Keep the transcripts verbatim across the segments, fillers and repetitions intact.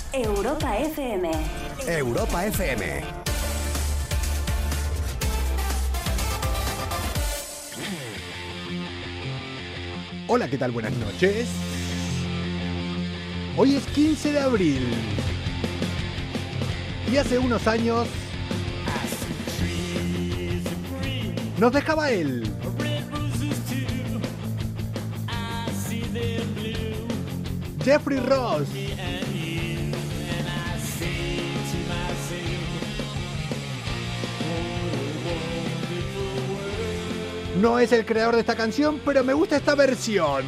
Europa F M. Europa F M. Hola, ¿qué tal? Buenas noches. Hoy es quince de abril. Y hace unos años nos dejaba él. Jeffrey Ross. No es el creador de esta canción, pero me gusta esta versión.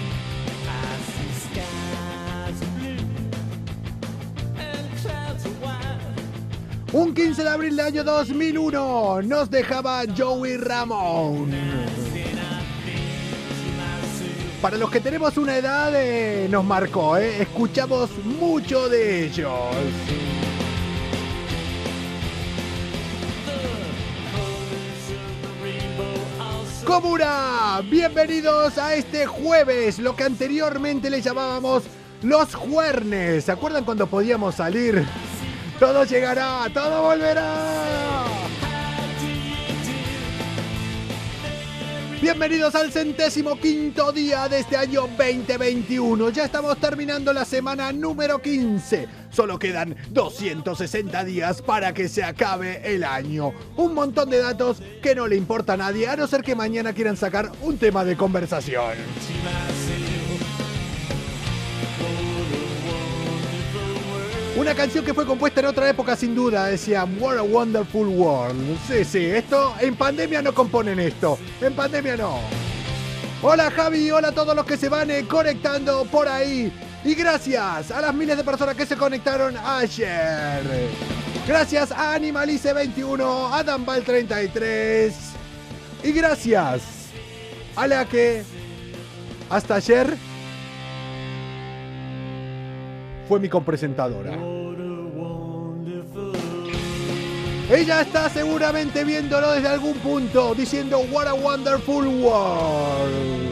Un quince de abril del año dos mil uno nos dejaba Joey Ramone. Para los que tenemos una edad, eh, nos marcó, eh. Escuchamos mucho de ellos. Comuna, bienvenidos a este jueves, lo que anteriormente le llamábamos los juernes. ¿Se acuerdan cuando podíamos salir? Todo llegará, todo volverá. Bienvenidos al centésimo quinto día de este año veinte veintiuno. Ya estamos terminando la semana número quince. Solo quedan doscientos sesenta días para que se acabe el año. Un montón de datos que no le importa a nadie, a no ser que mañana quieran sacar un tema de conversación. Una canción que fue compuesta en otra época sin duda, decía What a Wonderful World. Sí, sí, esto, en pandemia no componen esto, en pandemia no. Hola Javi, hola a todos los que se van eh, conectando por ahí. Y gracias a las miles de personas que se conectaron ayer. Gracias a Animalice veintiuno, a Danbal treinta y tres. Y gracias a la que hasta ayer fue mi copresentadora. Ella está seguramente viéndolo desde algún punto, diciendo What a Wonderful World.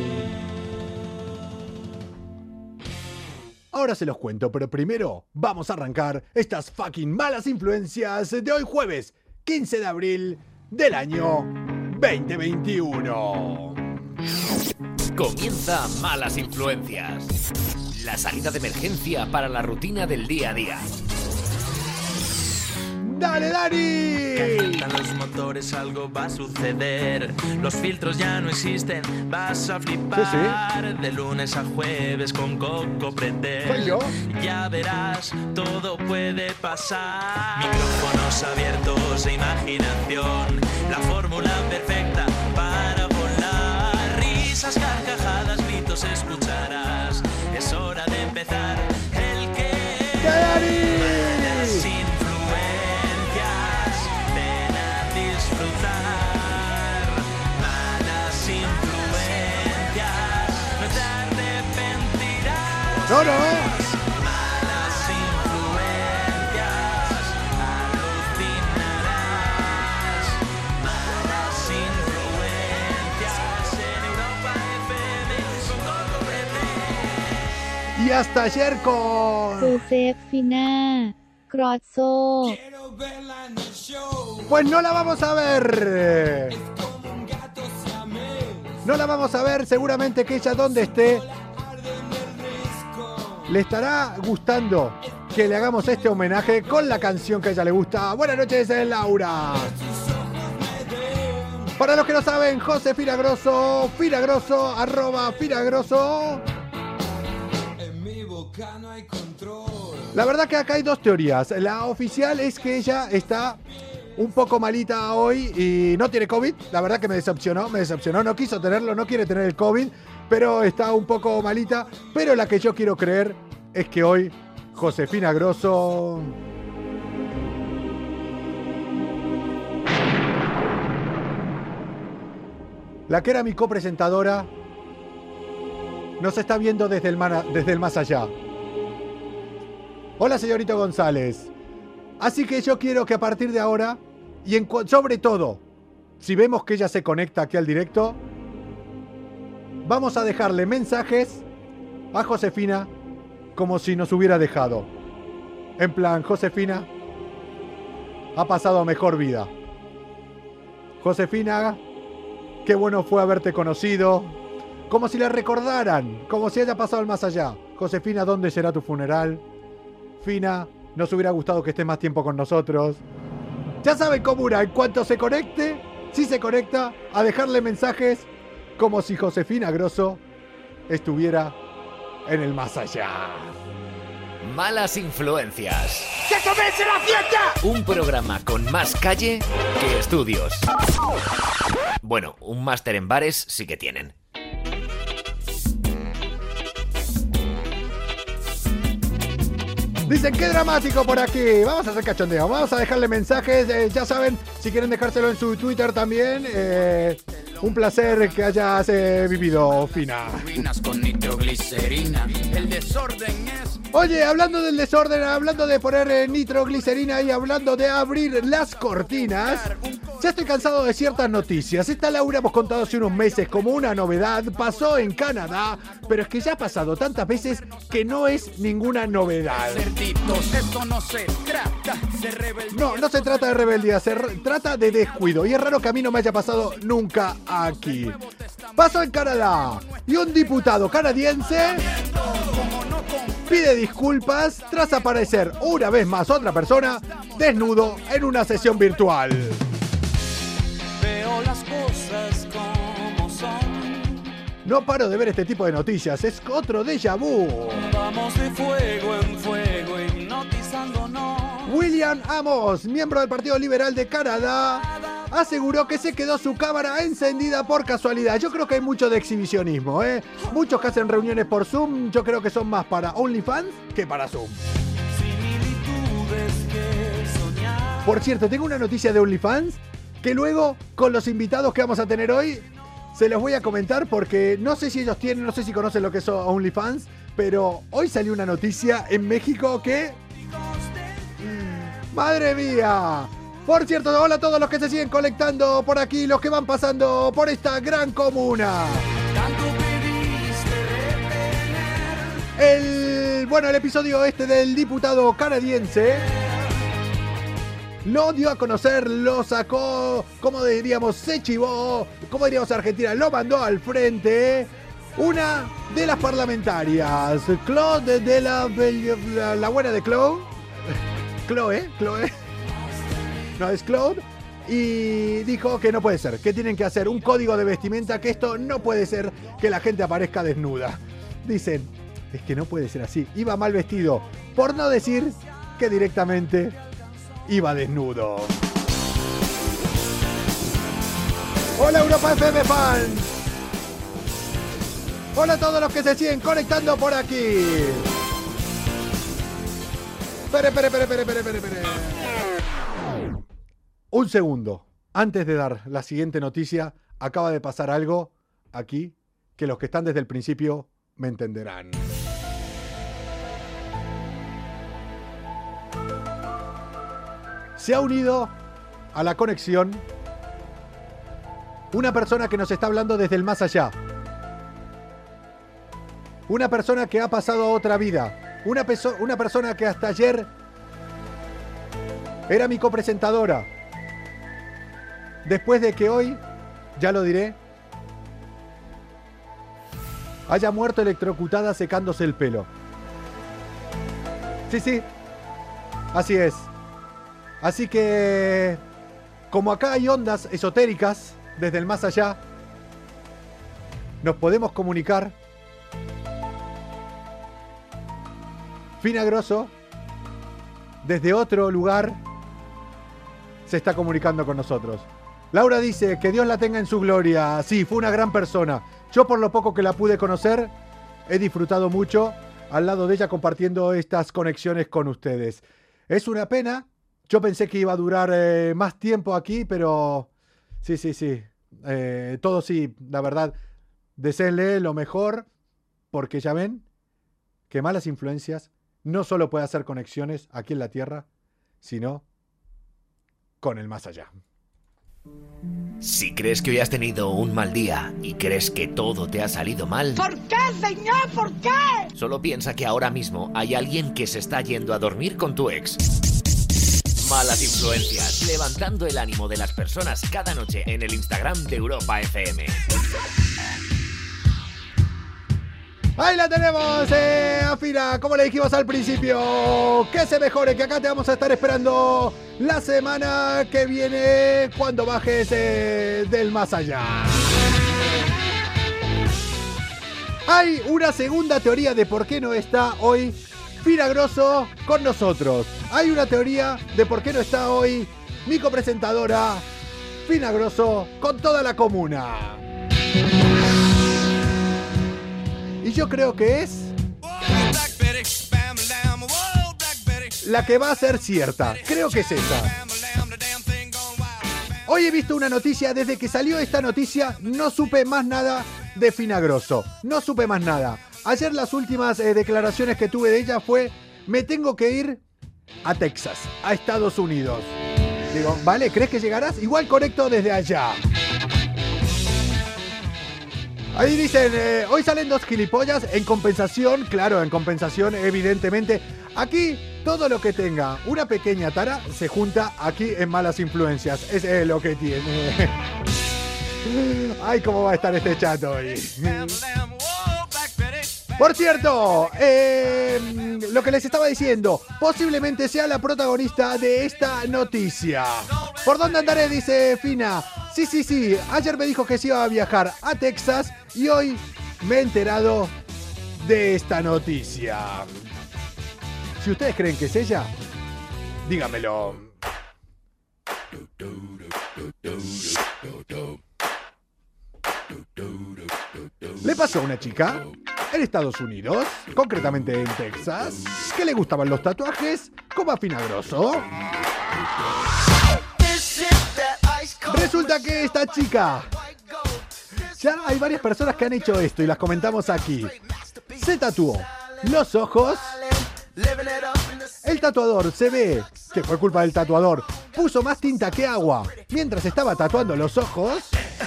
Ahora se los cuento, pero primero vamos a arrancar estas fucking malas influencias de hoy jueves, quince de abril del año veinte veintiuno. Comienza Malas Influencias. La salida de emergencia para la rutina del día a día. ¡Dale, Dani! Cantan los motores, algo va a suceder. Los filtros ya no existen, vas a flipar. Sí, sí. De lunes a jueves con Coco Pretel. ¿Soy yo? Ya verás, todo puede pasar. Micrófonos abiertos e imaginación. La fórmula perfecta para volar. Risas, carcajadas, gritos escucharás. Es hora de empezar el que... ¡Dani! No, no. Malas influencias, alucinarás. Malas influencias en Europa F M con Coco Pretel. Y hasta ayer con... Josefina Crozzo. Pues no la vamos a ver. No la vamos a ver, seguramente que ella donde esté le estará gustando que le hagamos este homenaje con la canción que a ella le gusta. Buenas noches, Laura. Para los que no saben, Josefina Grosso, Finagroso, arroba Finagroso. La verdad que acá hay dos teorías. La oficial es que ella está un poco malita hoy y no tiene COVID. La verdad que me decepcionó, me decepcionó. No quiso tenerlo, no quiere tener el COVID, pero está un poco malita. Pero la que yo quiero creer es que hoy Josefina Grosso... la que era mi copresentadora nos está viendo desde el, mana, desde el más allá. Hola, señorito González. Así que yo quiero que a partir de ahora, y en, sobre todo, si vemos que ella se conecta aquí al directo, vamos a dejarle mensajes a Josefina como si nos hubiera dejado. En plan, Josefina ha pasado mejor vida. Josefina, qué bueno fue haberte conocido. Como si la recordaran, como si haya pasado el más allá. Josefina, ¿dónde será tu funeral? Fina, nos hubiera gustado que estés más tiempo con nosotros. Ya saben cómo era, en cuanto se conecte, si se conecta, a dejarle mensajes como si Josefina Grosso estuviera en el más allá. Malas influencias. ¡Que comience la fiesta! Un programa con más calle que estudios. Bueno, un máster en bares sí que tienen. Dicen, qué dramático por aquí. Vamos a hacer cachondeo, vamos a dejarle mensajes. Eh, ya saben, si quieren dejárselo en su Twitter también. Eh, un placer que hayas eh, vivido, Fina. Con nitroglicerina. El desorden es... Oye, hablando del desorden, hablando de poner eh, nitroglicerina y hablando de abrir las cortinas, ya estoy cansado de ciertas noticias. Esta la hubiéramos contado hace unos meses como una novedad. Pasó en Canadá, pero es que ya ha pasado tantas veces que no es ninguna novedad. Esto no se trata de rebeldía. No, no se trata de rebeldía, se re- trata de descuido. Y es raro que a mí no me haya pasado nunca aquí. Pasó en Canadá y un diputado canadiense pide disculpas tras aparecer una vez más otra persona desnudo en una sesión virtual. Veo las cosas como son. No paro de ver este tipo de noticias, es otro déjà vu. Vamos de fuego en fuego, hipnotizándonos. William Amos, miembro del Partido Liberal de Canadá, aseguró que se quedó su cámara encendida por casualidad. Yo creo que hay mucho de exhibicionismo, ¿eh? Muchos que hacen reuniones por Zoom, yo creo que son más para OnlyFans que para Zoom. Similitudes que soñar. Por cierto, tengo una noticia de OnlyFans que luego, con los invitados que vamos a tener hoy, se los voy a comentar porque no sé si ellos tienen, no sé si conocen lo que es OnlyFans, pero hoy salió una noticia en México que... ¡Madre mía! Por cierto, hola a todos los que se siguen conectando por aquí, los que van pasando por esta gran comuna. El, bueno, el episodio este del diputado canadiense lo dio a conocer, lo sacó, como diríamos, se chivó, como diríamos Argentina, lo mandó al frente una de las parlamentarias, Claude de la, la, la buena de Claude, Chloe, Chloe, no es Claude, y dijo que no puede ser, que tienen que hacer un código de vestimenta, que esto no puede ser que la gente aparezca desnuda. Dicen, es que no puede ser así, iba mal vestido, por no decir que directamente iba desnudo. Hola Europa F M fans. Hola a todos los que se siguen conectando por aquí. Espere, espere, espere, espere, espere, espere, espere. Un segundo. Antes de dar la siguiente noticia, acaba de pasar algo aquí que los que están desde el principio me entenderán. Se ha unido a la conexión una persona que nos está hablando desde el más allá. Una persona que ha pasado a otra vida. Una, peso- una persona que hasta ayer era mi copresentadora. Después de que hoy, ya lo diré, haya muerto electrocutada secándose el pelo. Sí, sí. Así es. Así que, como acá hay ondas esotéricas desde el más allá, nos podemos comunicar. Fina Grosso, desde otro lugar, se está comunicando con nosotros. Laura dice, que Dios la tenga en su gloria. Sí, fue una gran persona. Yo por lo poco que la pude conocer, he disfrutado mucho al lado de ella compartiendo estas conexiones con ustedes. Es una pena. Yo pensé que iba a durar eh, más tiempo aquí, pero sí, sí, sí. Eh, todo sí, la verdad. Deseenle lo mejor, porque ya ven que malas influencias no solo puede hacer conexiones aquí en la Tierra, sino con el más allá. Si crees que hoy has tenido un mal día y crees que todo te ha salido mal... ¿Por qué, señor? ¿Por qué? Solo piensa que ahora mismo hay alguien que se está yendo a dormir con tu ex. Malas influencias, levantando el ánimo de las personas cada noche en el Instagram de Europa F M. Ahí la tenemos, eh, Afina, como le dijimos al principio, que se mejore, que acá te vamos a estar esperando la semana que viene cuando bajes eh, del más allá. Hay una segunda teoría de por qué no está hoy Fina Grosso con nosotros. Hay una teoría de por qué no está hoy mi copresentadora Fina Grosso con toda la comuna. Y yo creo que es la que va a ser cierta. Creo que es esa. Hoy he visto una noticia. Desde que salió esta noticia no supe más nada de Fina Grosso. No supe más nada. Ayer las últimas eh, declaraciones que tuve de ella fue: me tengo que ir a Texas, a Estados Unidos. Digo, vale, ¿crees que llegarás? Igual conecto desde allá. Ahí dicen, eh, hoy salen dos gilipollas en compensación, claro, en compensación evidentemente. Aquí todo lo que tenga una pequeña tara se junta aquí en Malas Influencias. Es eh, lo que tiene. Ay, cómo va a estar este chat hoy. Por cierto, eh, lo que les estaba diciendo, posiblemente sea la protagonista de esta noticia. ¿Por dónde andaré? Dice Fina. Sí, sí, sí. Ayer me dijo que se iba a viajar a Texas y hoy me he enterado de esta noticia. Si ustedes creen que es ella, dígamelo. Le pasó a una chica en Estados Unidos, concretamente en Texas, que le gustaban los tatuajes como a Fina Grosso. Resulta que esta chica, ya hay varias personas que han hecho esto y las comentamos aquí. Se tatuó los ojos. El tatuador se ve que fue culpa del tatuador. Puso más tinta que agua mientras estaba tatuando los ojos.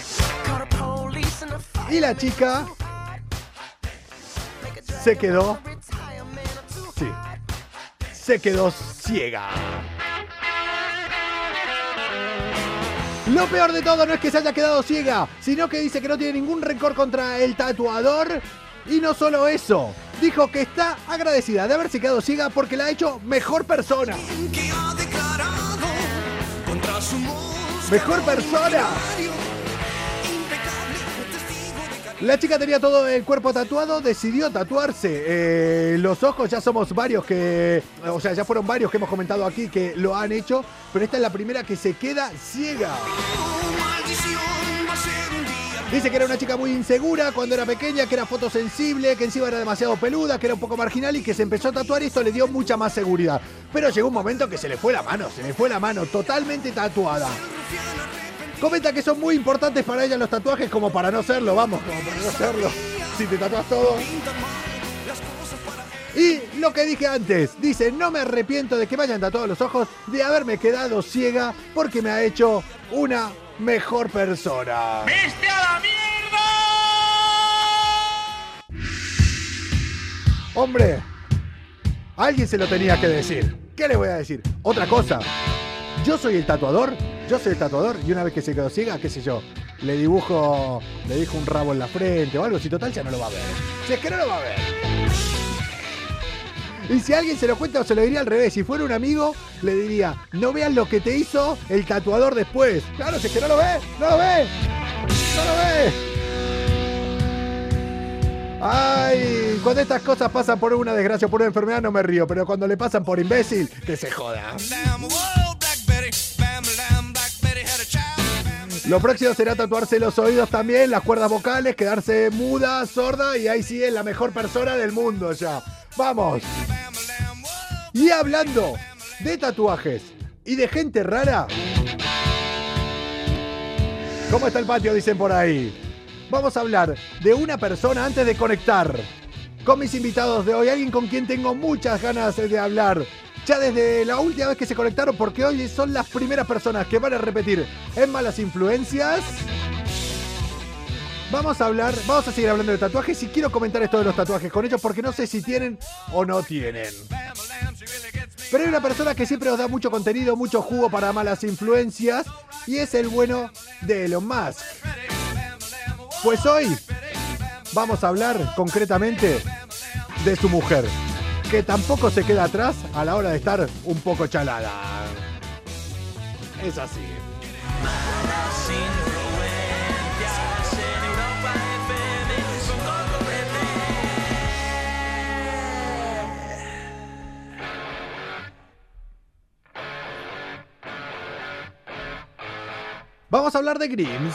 Y la chica se quedó, sí, se quedó ciega. Lo peor de todo no es que se haya quedado ciega, sino que dice que no tiene ningún rencor contra el tatuador. Y no solo eso, dijo que está agradecida de haberse quedado ciega porque la ha hecho mejor persona. ¡Mejor persona! La chica tenía todo el cuerpo tatuado, decidió tatuarse eh, los ojos. Ya somos varios que, o sea, ya fueron varios que hemos comentado aquí que lo han hecho, pero esta es la primera que se queda ciega. Dice que era una chica muy insegura cuando era pequeña, que era fotosensible, que encima era demasiado peluda, que era un poco marginal y que se empezó a tatuar y esto le dio mucha más seguridad. Pero llegó un momento que se le fue la mano, se le fue la mano, totalmente tatuada. Comenta que son muy importantes para ella los tatuajes como para no serlo, vamos, como para no serlo, si te tatuas todo. Y lo que dije antes, dice, no me arrepiento de que me hayan tatuado los ojos, de haberme quedado ciega, porque me ha hecho una mejor persona. ¡Viste a la mierda! Hombre, a alguien se lo tenía que decir. ¿Qué le voy a decir? Otra cosa, yo soy el tatuador. Yo soy el tatuador y una vez que se quedó ciega, qué sé yo, le dibujo, le dibujo un rabo en la frente o algo, si total ya no lo va a ver. Si es que no lo va a ver. Y si alguien se lo cuenta o se lo diría al revés, si fuera un amigo, le diría, no veas lo que te hizo el tatuador después. Claro, si es que no lo ve, no lo ve, no lo ve. Ay, cuando estas cosas pasan por una desgracia o por una enfermedad no me río, pero cuando le pasan por imbécil, que se joda. Lo próximo será tatuarse los oídos también, las cuerdas vocales, quedarse muda, sorda y ahí sí es la mejor persona del mundo ya. ¡Vamos! Y hablando de tatuajes y de gente rara, ¿cómo está el patio? Dicen por ahí. Vamos a hablar de una persona antes de conectar con mis invitados de hoy, alguien con quien tengo muchas ganas de hablar. ya desde la última vez que se conectaron, porque hoy son las primeras personas que van a repetir en Malas Influencias. Vamos a hablar, vamos a seguir hablando de tatuajes y quiero comentar esto de los tatuajes con ellos porque no sé si tienen o no tienen. Pero hay una persona que siempre os da mucho contenido, mucho jugo para Malas Influencias y es el bueno de Elon Musk. Pues hoy vamos a hablar concretamente de su mujer, que tampoco se queda atrás a la hora de estar un poco chalada. Es así. Vamos a hablar de Grimes,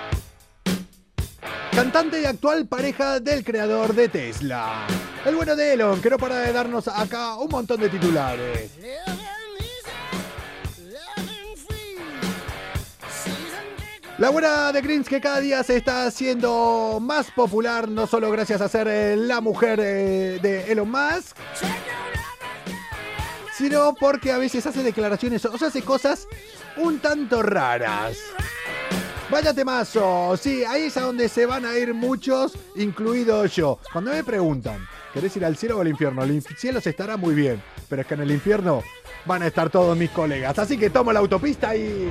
cantante y actual pareja del creador de Tesla. El bueno de Elon, que no para de darnos acá un montón de titulares. La buena de Grimes, que cada día se está haciendo más popular, no solo gracias a ser eh, la mujer eh, de Elon Musk, sino porque a veces hace declaraciones, o sea, hace cosas un tanto raras. Vaya temazo, sí, ahí es a donde se van a ir muchos, incluido yo. Cuando me preguntan, ¿querés ir al cielo o al infierno? El cielo se estará muy bien, pero es que en el infierno van a estar todos mis colegas. Así que tomo la autopista y...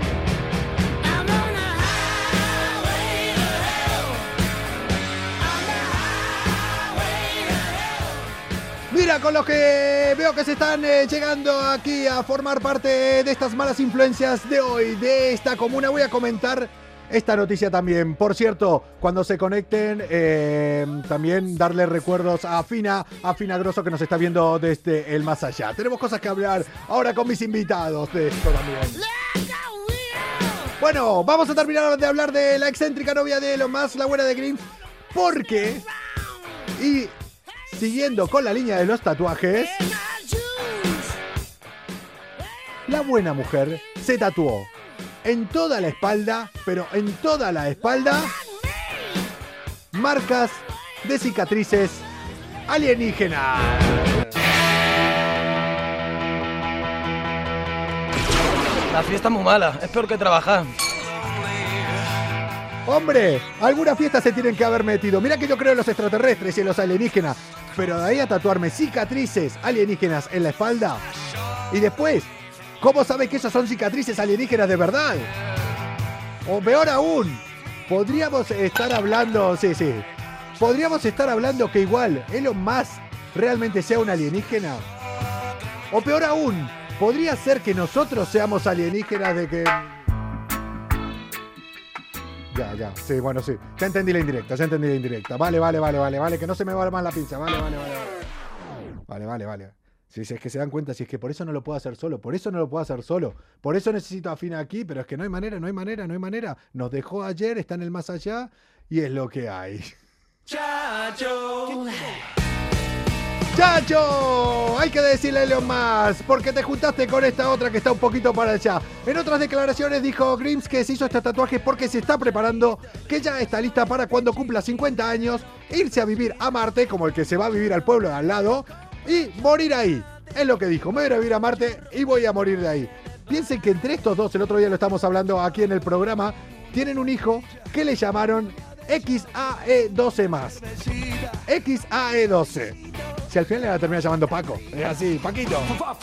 Mira, con los que veo que se están eh, llegando aquí a formar parte de estas malas influencias de hoy, de esta comuna, voy a comentar esta noticia también. Por cierto, cuando se conecten, eh, también darle recuerdos a Fina, a Fina Grosso, que nos está viendo desde el más allá. Tenemos cosas que hablar ahora con mis invitados de esto también. Bueno, vamos a terminar de hablar de la excéntrica novia de Elon Musk, la buena de Grimes, porque... Y... Siguiendo con la línea de los tatuajes, la buena mujer se tatuó en toda la espalda, pero en toda la espalda, marcas de cicatrices alienígenas. La fiesta es muy mala, es peor que trabajar. Hombre, alguna fiesta se tienen que haber metido. Mira que yo creo en los extraterrestres y en los alienígenas, pero de ahí a tatuarme cicatrices alienígenas en la espalda. Y después, ¿cómo sabe que esos son cicatrices alienígenas de verdad? O peor aún, podríamos estar hablando, sí, sí, podríamos estar hablando que igual Elon Musk realmente sea un alienígena. O peor aún, podría ser que nosotros seamos alienígenas de que... Ya, ya, sí, bueno, sí. Ya entendí la indirecta, ya entendí la indirecta. Vale, vale, vale, vale, vale, que no se me va más la pinza. Vale, vale, vale, vale. Vale, vale, vale. Si, si es que se dan cuenta, si es que por eso no lo puedo hacer solo, por eso no lo puedo hacer solo. Por eso necesito a Fina aquí, pero es que no hay manera, no hay manera, no hay manera. Nos dejó ayer, está en el más allá y es lo que hay. Chacho. ¡Chacho! Hay que decirle a Elon Musk, porque te juntaste con esta otra que está un poquito para allá. En otras declaraciones dijo Grimes que se hizo este tatuaje porque se está preparando, que ya está lista para cuando cumpla cincuenta años, irse a vivir a Marte, como el que se va a vivir al pueblo de al lado, y morir ahí. Es lo que dijo, me voy a vivir a Marte y voy a morir de ahí. Piensen que entre estos dos, el otro día lo estamos hablando aquí en el programa, tienen un hijo que le llamaron X A E doce más. X A E doce. Si al final le va a terminar llamando Paco. Es así, Paquito.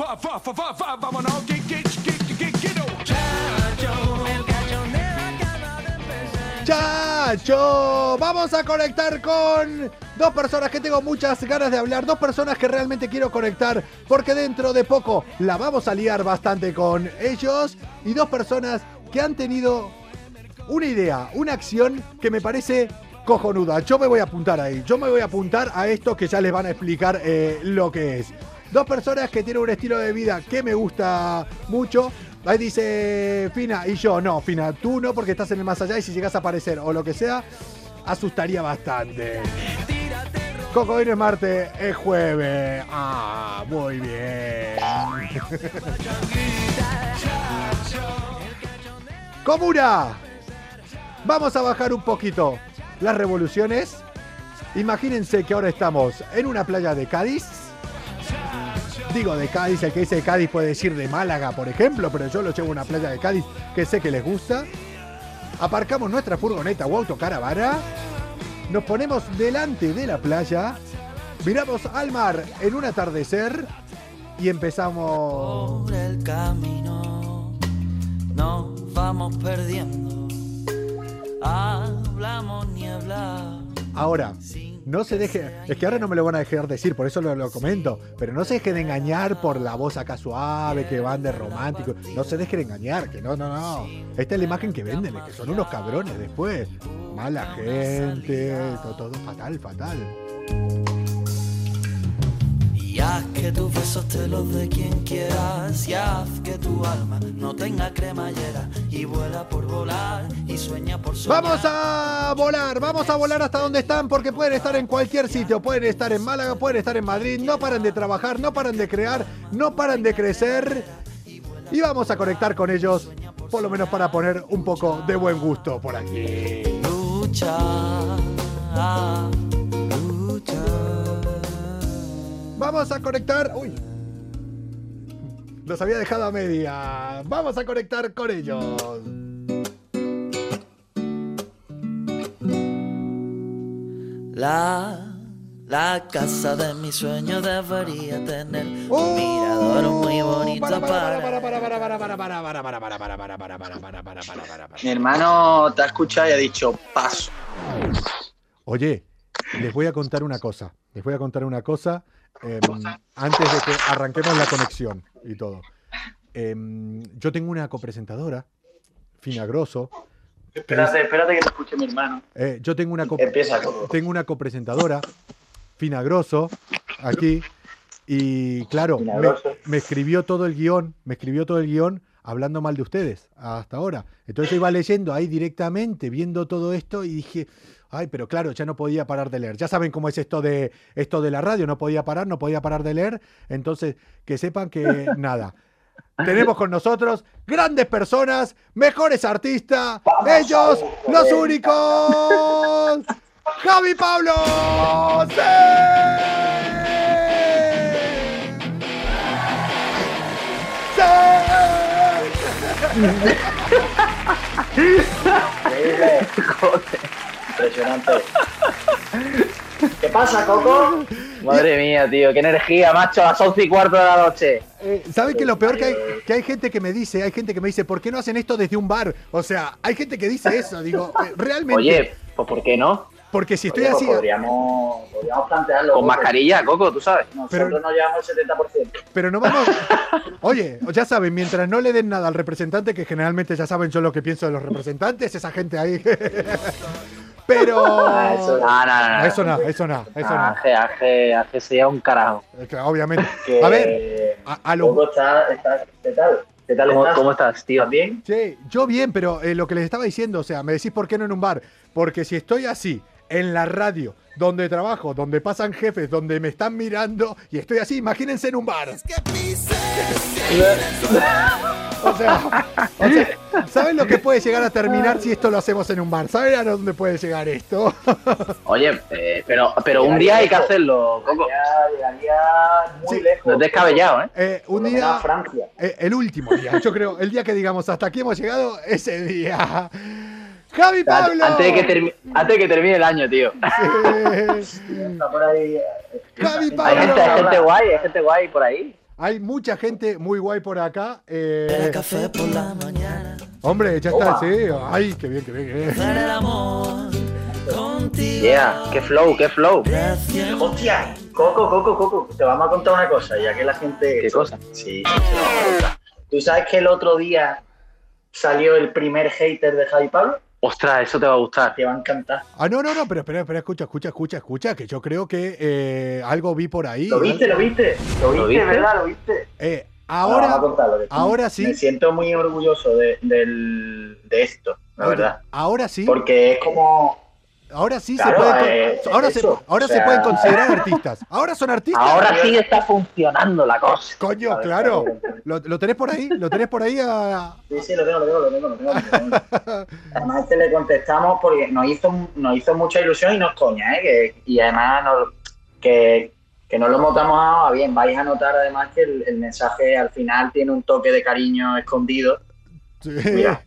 Chacho, vamos a conectar con dos personas que tengo muchas ganas de hablar, dos personas que realmente quiero conectar porque dentro de poco la vamos a liar bastante con ellos y dos personas que han tenido una idea, una acción que me parece cojonuda. Yo me voy a apuntar ahí, yo me voy a apuntar a esto que ya les van a explicar eh, lo que es. Dos personas que tienen un estilo de vida que me gusta mucho. Ahí dice Fina y yo, no, Fina, tú no porque estás en el más allá y si llegas a aparecer o lo que sea, asustaría bastante. Coco, hoy no es martes, es jueves. Ah, muy bien. Comuna, vamos a bajar un poquito las revoluciones. Imagínense que ahora estamos en una playa de Cádiz. Digo, de Cádiz, el que dice de Cádiz puede decir de Málaga, por ejemplo, pero yo lo llevo a una playa de Cádiz que sé que les gusta. Aparcamos nuestra furgoneta o autocaravana, nos ponemos delante de la playa, miramos al mar en un atardecer y empezamos... Por el camino nos vamos perdiendo, hablamos niebla. Ahora, no se deje... Es que ahora no me lo van a dejar decir, por eso lo, lo comento, pero no se dejen engañar por la voz acá suave, que van de romántico. No se dejen engañar, que no, no, no. Esta es la imagen que venden, que son unos cabrones después. Mala gente, todo, todo fatal, fatal. Y haz que tus besos te los dé quien quieras, y haz que tu alma no tenga cremallera, y vuela por volar y sueña por soñar. Vamos a volar, vamos a volar hasta donde están, porque pueden estar en cualquier sitio, pueden estar en Málaga, pueden estar en Madrid, no paran de trabajar, no paran de crear, no paran de crecer, y vamos a conectar con ellos, por lo menos para poner un poco de buen gusto por aquí. Lucha, lucha. Vamos a conectar... Uy, los había dejado a media. Vamos a conectar con ellos. La, la casa de mis sueños debería tener un mirador muy bonito para... Para, para, para, para, para, para, para, para, para, para, para, para, para, para, para, para, para, para, para. Mi hermano te ha escuchado y ha dicho paso. Oye, les voy a contar una cosa. Les voy a contar una cosa eh, antes de que arranquemos la conexión y todo. Eh, yo tengo una copresentadora, Fina Grosso. Espérate, espérate que te escuche mi hermano. Eh, yo tengo una, co Empieza, tengo una copresentadora, Fina Grosso, aquí. Y claro, me, me escribió todo el guión, me escribió todo el guión hablando mal de ustedes hasta ahora. Entonces yo iba leyendo ahí directamente, viendo todo esto y dije... Ay, pero claro, ya no podía parar de leer. Ya saben cómo es esto de esto de la radio, no podía parar, no podía parar de leer. Entonces, que sepan que nada. Tenemos con nosotros grandes personas, mejores artistas, ellos, los únicos. ¡Javi Pablo! ¡Sí! ¡Sí! Joder. Impresionante. ¿Qué pasa, Coco? Madre mía, tío, qué energía, macho, a las once y cuarto de la noche. Eh, ¿Saben que lo peor que hay? Que hay gente que me dice, hay gente que me dice, ¿por qué no hacen esto desde un bar? O sea, hay gente que dice eso, digo, eh, realmente... Oye, pues ¿por qué no? Porque si estoy Oye, pues así... Podríamos, podríamos plantearlo. Con Coco. mascarilla, Coco, tú sabes. Nosotros Pero- nos llevamos el setenta por ciento. Pero no vamos... Oye, ya saben, mientras no le den nada al representante, que generalmente ya saben yo lo que pienso de los representantes, esa gente ahí... Pero... Ah, eso- No, no, no. no. Eso no, eso no, eso no. Aje, aje, aje sería un carajo. Es que, obviamente. Que- A ver, a, a lo... Coco, está, está, ¿qué tal? ¿Qué tal ¿Cómo, estás? ¿Cómo estás, tío? ¿Estás bien? Sí, yo bien, pero eh, lo que les estaba diciendo, o sea, me decís por qué no en un bar. Porque si estoy así, en la radio, donde trabajo, donde pasan jefes, donde me están mirando, y estoy así, imagínense en un bar. O sea, o sea, ¿saben lo que puede llegar a terminar si esto lo hacemos en un bar? ¿Saben a dónde puede llegar esto? Oye, eh, pero, pero un día hay que hacerlo, Coco. Llegaría, llegaría muy Sí. lejos. No es descabellado, ¿eh? Eh, un Por lo menos a día, Francia. eh, el último día, yo creo, el día que digamos hasta aquí hemos llegado, ese día. ¡Javi Pablo! Antes de, que termi- antes de que termine el año, tío. Sí. Está por ahí. eh, Javi Hay Pablo. gente, hay gente guay, hay gente guay por ahí. Hay mucha gente muy guay por acá. Eh, El café por la mañana, hombre, ya está, Toma. sí. Ay, qué bien, qué bien, qué bien. hacer el amor contigo. Yeah, qué flow, qué flow. Recién- Hostia, Coco, Coco, Coco, te vamos a contar una cosa, ya que la gente... ¿Qué cosa? Sí, sí, te lo vamos a contar. ¿Tú sabes que el otro día salió el primer hater de Javi Pablo? Ostras, eso te va a gustar. Te va a encantar. Ah, no, no, no, pero espera, espera, escucha, escucha, escucha, escucha, que yo creo que eh, algo vi por ahí. ¿Lo viste, lo viste? ¿Lo viste, viste? verdad? ¿Lo viste? Eh, Vamos ahora, a contarlo, que ahora sí. Me siento muy orgulloso de, del- de esto, la oye, verdad. ahora sí, Porque es como... ahora sí Claro, se pueden, eh, con- ahora se, eso, ahora o se sea- pueden considerar artistas. Ahora son artistas. Ahora sí está funcionando la cosa. Coño, claro. ¿Lo, lo tenés por ahí? ¿Lo tenés por ahí? A... Sí, sí, lo tengo, lo tengo, lo tengo, lo tengo. Lo tengo. Además, este le contestamos porque nos hizo, nos hizo mucha ilusión y no es coña, ¿eh? Que, y además, nos- que que no lo hemos tomado a bien. Vais a notar además que el, el mensaje al final tiene un toque de cariño escondido. Sí. Mira.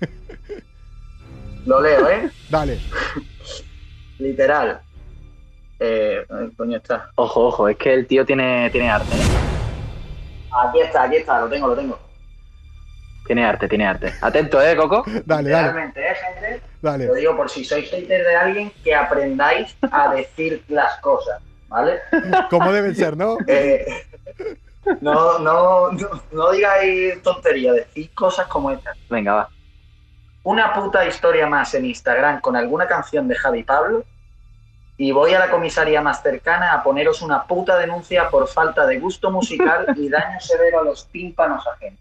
Lo leo, ¿eh? Dale. Literal. Eh, coño está. Ojo, ojo, es que el tío tiene, tiene arte, ¿eh? Aquí está, aquí está, lo tengo, lo tengo. Tiene arte, tiene arte. Atento, ¿eh, Coco? Dale, dale. Realmente, ¿eh, gente? Dale. Lo digo por si sois hater de alguien, que aprendáis a decir las cosas, ¿vale? Como deben ser, ¿no? Eh, no, no, no, no digáis tonterías, decís cosas como estas. Venga, va. Una puta historia más en Instagram con alguna canción de Javi Pablo y voy a la comisaría más cercana a poneros una puta denuncia por falta de gusto musical y daño severo a los tímpanos ajenos.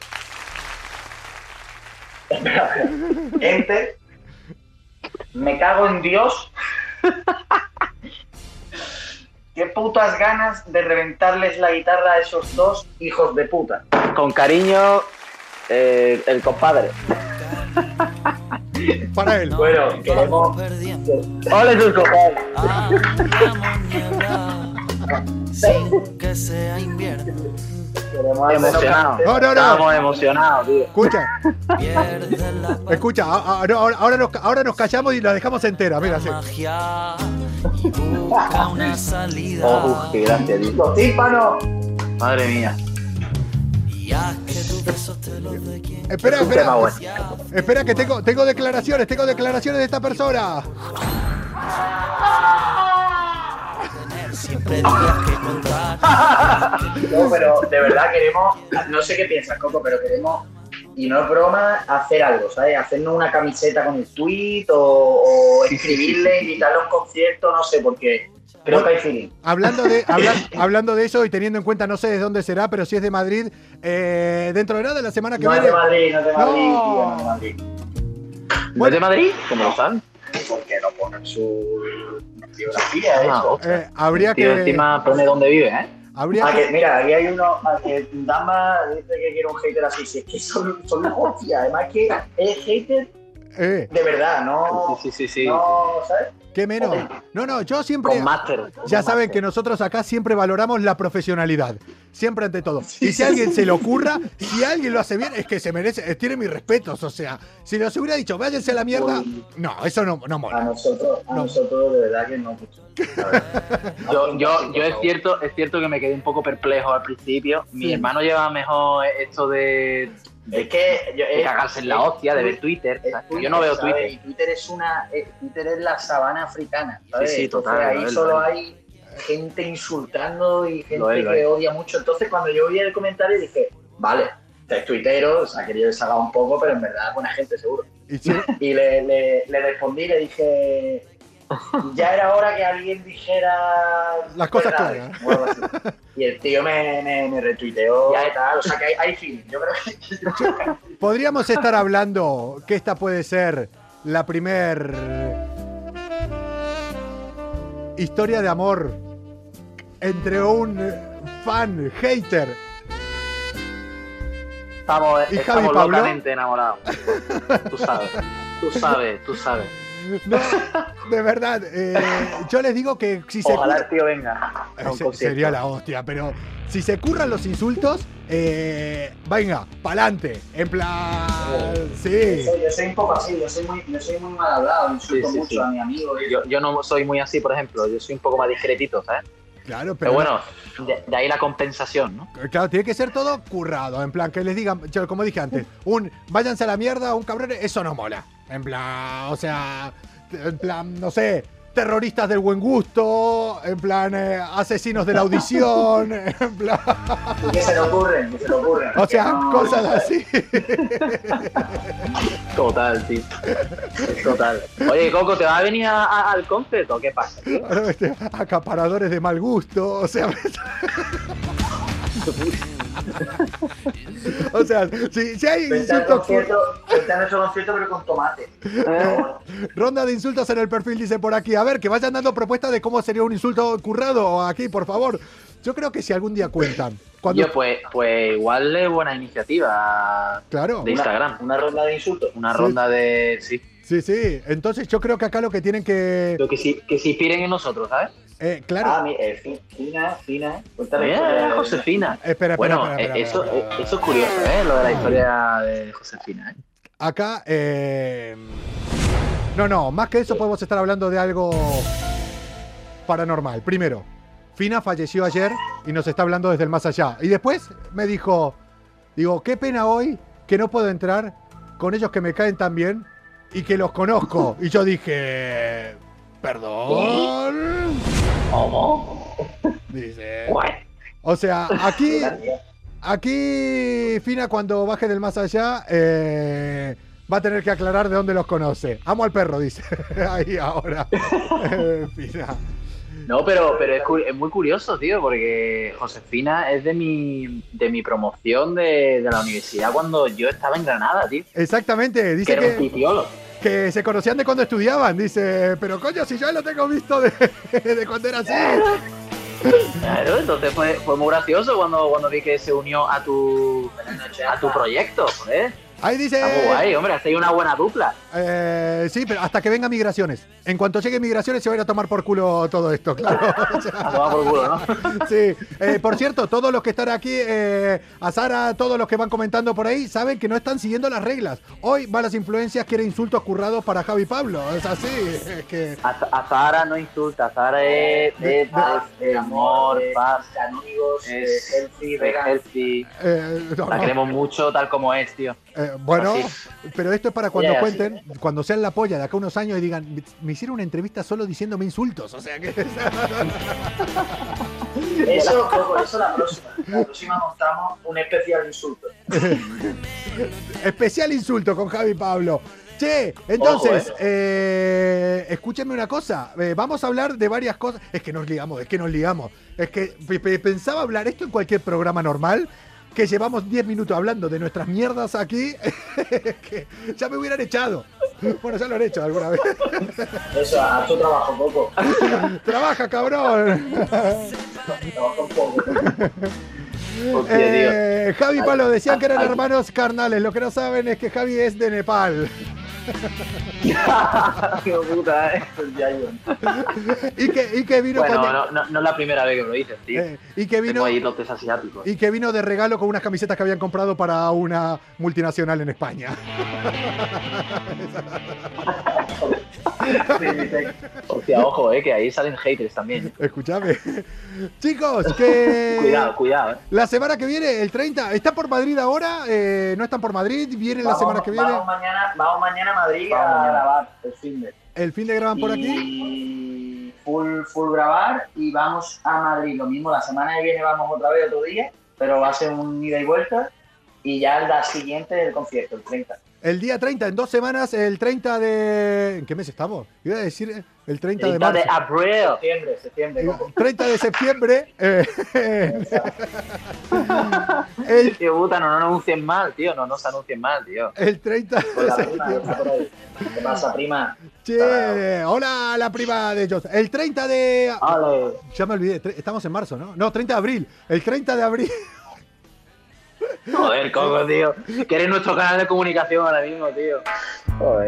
Espera, espera. Gente, me cago en Dios. Qué putas ganas de reventarles la guitarra a esos dos hijos de puta. Con cariño, eh, el compadre. Para él. Bueno, queremos... ¡Ole tus compadres! Sin que sea invierno. Emocionado. No, no, no. Estamos emocionados, tío. Escucha. Escucha, a- a- no, ahora, ahora nos, ahora nos callamos y la dejamos entera. Mira, sí. Magia y busca una salida. Oh, qué gracia, tío. ¡Los tímpanos! Madre mía. Y haz que tus besos te los dé quien Espera, Es un espera. tema bueno. Espera, que tengo, tengo declaraciones, tengo declaraciones de esta persona. tener siempre días que contar. No, pero de verdad queremos, no sé qué piensas, Coco, pero queremos, y no es broma, hacer algo, ¿sabes? Hacernos una camiseta con el tweet o, o escribirle, invitarle a un concierto, no sé, porque creo Bueno, que hay feeling. Hablando de, habla- hablando de eso y teniendo en cuenta, no sé de dónde será, pero si es de Madrid, eh, dentro de nada, la semana que No es viene. de Madrid, no es de Madrid, No. tío, no es de Madrid. ¿No es de Madrid? ¿Cómo lo saben? Porque no ponen su biografía, Ah, eso. ostras. Eh, habría Tío, que. encima pone dónde vive, ¿eh? Habría Ah, que. que, mira, aquí hay uno, ah, que Dama dice que quiere un hater así, si es que son, son una hostia, además que es hater Eh, de verdad, no, Sí, sí, sí, sí. no, ¿sabes? ¿Qué menos? No, no, yo siempre. Con máster. Ya saben que nosotros acá siempre valoramos la profesionalidad. Siempre ante todo. Y si a alguien se le ocurra, si alguien lo hace bien, es que se merece, eh, tiene mis respetos. O sea, si nos hubiera dicho, váyanse a la mierda. No, eso no, no A mola. nosotros, a No. nosotros de verdad que no. Yo, yo, yo es cierto, es cierto que me quedé un poco perplejo al principio. Mi Sí. hermano lleva mejor esto de, Es que yo, de es- cagarse en la hostia, de ver Twitter. es ¿sabes? Yo no veo ¿sabes? Twitter. Y Twitter es una, eh, Twitter es la sabana africana, ¿sabes? Sí, sí, total, Entonces, lo ahí es, solo lo es. hay gente insultando y gente Lo es, lo que es. odia mucho. Entonces cuando yo vi el comentario dije, vale, es tuitero, o sea, quería desagar un poco, pero en verdad buena gente seguro. Y si- Y le, le, le respondí, le dije, ya era hora que alguien dijera Las cosas verdades, claras. o algo así. Y el tío me, me, me retuiteó y tal, o sea que hay, hay feeling. Yo creo que... podríamos estar hablando que esta puede ser la primer historia de amor entre un fan hater. Estamos, ¿Y estamos Javi Pablo? locamente enamorados. Tú sabes, tú sabes, tú sabes. No, de verdad, eh, yo les digo que si se Ojalá curra- el tío venga a un Eh, se- concierto. sería la hostia, pero si se curran los insultos, eh, venga, pa'lante, en plan, sí. Yo soy, yo soy un poco así, yo soy muy, yo soy muy mal hablado, insulto Sí, sí, mucho sí. a mi amigo. y- Yo, yo no soy muy así, por ejemplo. Yo soy un poco más discretito, ¿sabes? Claro, pero, Pero bueno, de, de ahí la compensación, ¿no? claro, tiene que ser todo currado, en plan, que les digan, yo, como dije antes, un váyanse a la mierda, un cabrón, eso no mola. En plan, o sea, en plan, no sé, terroristas del buen gusto, en plan, eh, asesinos de la audición, en plan, Y que se le ocurren, que se le ocurren. o sea, Que no- cosas así. Total, tío. Total. Oye, Coco, ¿te vas a venir a- a- al concierto o qué pasa, tío? Este, acaparadores de mal gusto, o sea, o sea, si, si hay Vente al insultos, concierto, vente a nuestro concierto pero con tomate. ronda de insultos en el perfil, dice por aquí, a ver, que vayan dando propuestas de cómo sería un insulto currado aquí, por favor. Yo creo que si algún día cuentan, cuando, Yo, pues, pues igual es buena iniciativa claro, de Instagram. Una ronda de insultos. Una Sí. ronda de... Sí. sí, sí, entonces yo creo que acá lo que tienen que, Lo que sí, que se inspiren en nosotros, ¿sabes? Eh, claro. Ah, mi, eh, Fina, Fina. Cuéntale. Mira, Josefina. Espera, espera, bueno, espera, espera, eh, eso, espera, espera. eh, eso es curioso, ¿eh? Lo de la historia de Josefina, ¿eh? Acá, eh... no, no, más que eso podemos estar hablando de algo paranormal. Primero, Fina falleció ayer y nos está hablando desde el más allá. Y después me dijo, digo, qué pena hoy que no puedo entrar con ellos que me caen tan bien y que los conozco. Y yo dije, perdón. ¿Cómo? Dice, o sea, aquí, aquí Fina cuando baje del más allá eh, va a tener que aclarar de dónde los conoce. Amo al perro, dice. Ahí ahora. Eh, Fina. No, pero, pero es, cu- es muy curioso, tío, porque Josefina es de mi, de mi promoción de, de la universidad cuando yo estaba en Granada, tío. Exactamente, Que dice era un que, titiolo. que se conocían de cuando estudiaban. Dice, pero coño, si yo lo tengo visto de, de cuando era así. Claro, entonces fue, fue muy gracioso cuando, cuando vi que se unió a tu, a tu proyecto, joder. Ahí dice... Está muy guay, hombre, hacéis una buena dupla. Eh, sí, pero hasta que venga migraciones. En cuanto llegue migraciones se va a ir a tomar por culo todo esto, claro. O sea, A tomar por culo, ¿no? sí. Eh, por cierto, todos los que están aquí, eh, a Sara, todos los que van comentando por ahí, saben que no están siguiendo las reglas. Hoy Malas Influencias quiere insultos currados para Javi Pablo. Es así. Es que... A, a Zara no insulta, Zara es, es, Paz, es, es amor, eh, paz, canónigos, es eh, healthy, es vegan. healthy. eh, no, La no. queremos mucho tal como es, tío. Eh, bueno, Así. pero esto es para cuando Ya, ya, cuenten, cuando sean la polla de acá unos años y digan, me, me hicieron una entrevista solo diciéndome insultos. O sea que... Eso, Coco, eso la próxima. La próxima montamos un especial insulto. Especial insulto con Javi Pablo. Che, entonces, Ojo, eh, escúchenme una cosa. Eh, vamos a hablar de varias cosas. Es que nos ligamos, es que nos ligamos. Es que pe- pe- pensaba hablar esto en cualquier programa normal. Que llevamos diez minutos hablando de nuestras mierdas aquí. Que ya me hubieran echado. Bueno, ya lo han hecho alguna vez. Eso, haz tu trabajo, Coco. Trabaja, cabrón. Trabaja un poco. Hostia, Eh, Javi y Pablo decían que eran hermanos carnales. Lo que no saben es que Javi es de Nepal. Qué puta, eh. Y que, y que vino Bueno, cuando- no, no, no es la primera vez que me lo dices, tío. eh, y que vino Tengo ahí dotes asiáticos. y que vino de regalo con unas camisetas que habían comprado para una multinacional en España. Hostia, ojo, eh, que ahí salen haters también. Escúchame. Chicos, que Cuidado, cuidado, eh. la semana que viene, el treinta, ¿están por Madrid ahora? Eh, ¿No están por Madrid? ¿Vienen la Vamos- semana que viene? Vamos mañana, vamos mañana a Madrid Vamos a mañana. grabar el fin de. ¿El fin de graban por aquí? Y full, full grabar y vamos a Madrid. Lo mismo, la semana que viene vamos otra vez otro día, pero va a ser un ida y vuelta. Y ya el día siguiente el concierto, el treinta. El día treinta, en dos semanas, el treinta de... ¿En qué mes estamos? Iba a decir eh, el treinta de treinta marzo. de abril. Septiembre, septiembre. Coco. treinta de septiembre. eh, el, Tío, puta, no nos anuncien mal, tío. No nos anuncien mal, tío. el treinta de Con la prima, septiembre. está por ahí. ¿Qué pasa, prima? Che, hola, la prima de Jos. El treinta de... Vale. Ya me olvidé, tre- estamos en marzo, ¿no? No, treinta de abril. El treinta de abril. Joder, Coco, tío. Que eres nuestro canal de comunicación ahora mismo, tío. Joder.